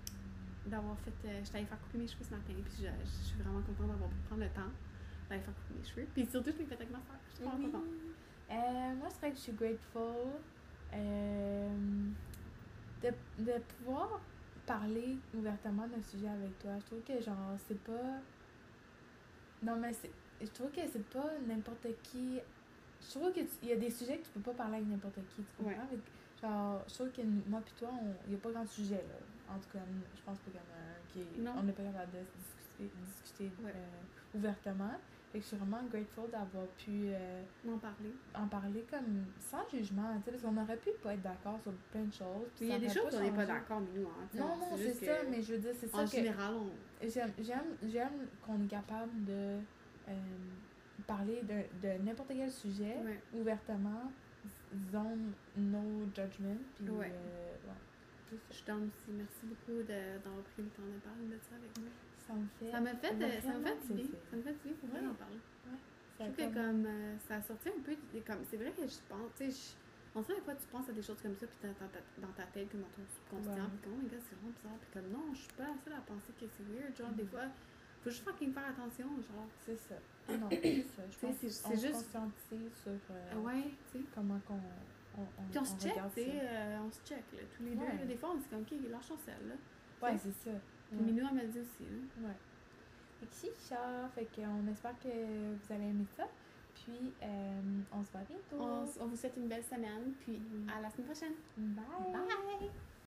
d'avoir fait. Euh, j'étais allée faire couper mes cheveux ce matin, puis je, je suis vraiment contente d'avoir pu prendre le temps d'aller faire couper mes cheveux. Puis surtout, je l'ai fait avec ma soeur. Je suis vraiment Oui. contente. Euh, moi, je dirais que je suis grateful euh, de, de pouvoir parler ouvertement d'un sujet avec toi. Je trouve que, genre, c'est pas... Non, mais c'est... Je trouve que c'est pas n'importe qui... Je trouve qu'il y a des sujets que tu peux pas parler avec n'importe qui, tu comprends? Ouais. Avec- genre, je trouve que moi pis toi, il y a pas grand sujet, là. En tout cas, je pense pas qu'il y en a un qui est... Non. On n'est pas capable de discuter, discuter Ouais. euh, ouvertement. Fait que je suis vraiment grateful d'avoir pu... euh, On en parler. en parler comme sans jugement, tu sais, parce qu'on aurait pu pas être d'accord sur plein de choses. puis Il y a ça des aurait choses où on n'est pas changé. d'accord, mais nous, hein. tu sais, Non, on- non, c'est juste ça, que, mais je veux dire, c'est ça en que général, on. j'aime, j'aime, j'aime qu'on est capable de euh, parler de, de n'importe quel sujet Ouais. ouvertement, zone no judgment, puis Ouais. euh, ouais, c'est Je ça. suis down aussi. Merci beaucoup de, d'avoir pris le temps de parler de ça avec moi. Ça me fait Ça m'a fait, euh, ça m'a vraiment fait du bien. plaisir. Ça me fait du bien pour vrai Ouais. d'en parler. Ça Je trouve que comme- comme euh, ça a sorti un peu, du- comme c'est vrai que je pense, tu sais, je- on dirait des fois tu penses à des choses comme ça puis dans ta, dans ta tête puis dans ton subconscient Ouais. puis comme oh my god c'est vraiment bizarre puis comme non je suis pas la seule à penser que c'est weird genre des Mhm. fois faut juste fucking faire attention genre c'est ça. Non, c'est ça. Je Tu sais, pense c'est- qu'on c'est se juste- conscientise sur euh, ah ouais tu sais comment qu'on on, on, puis on se check regarde tu sais ça. euh, on se check là, tous les deux Ouais. là, des fois on se dit comme ok lâche ton sel là Ouais, tu sais. c'est ça. puis Ouais. Minou elle m'a dit aussi hein. Ouais. Fait que c'est ça. Fait qu'on espère que vous allez aimer ça. Puis, euh, on se voit bientôt. on, s- on vous souhaite une belle semaine puis Oui. à la semaine prochaine Bye. bye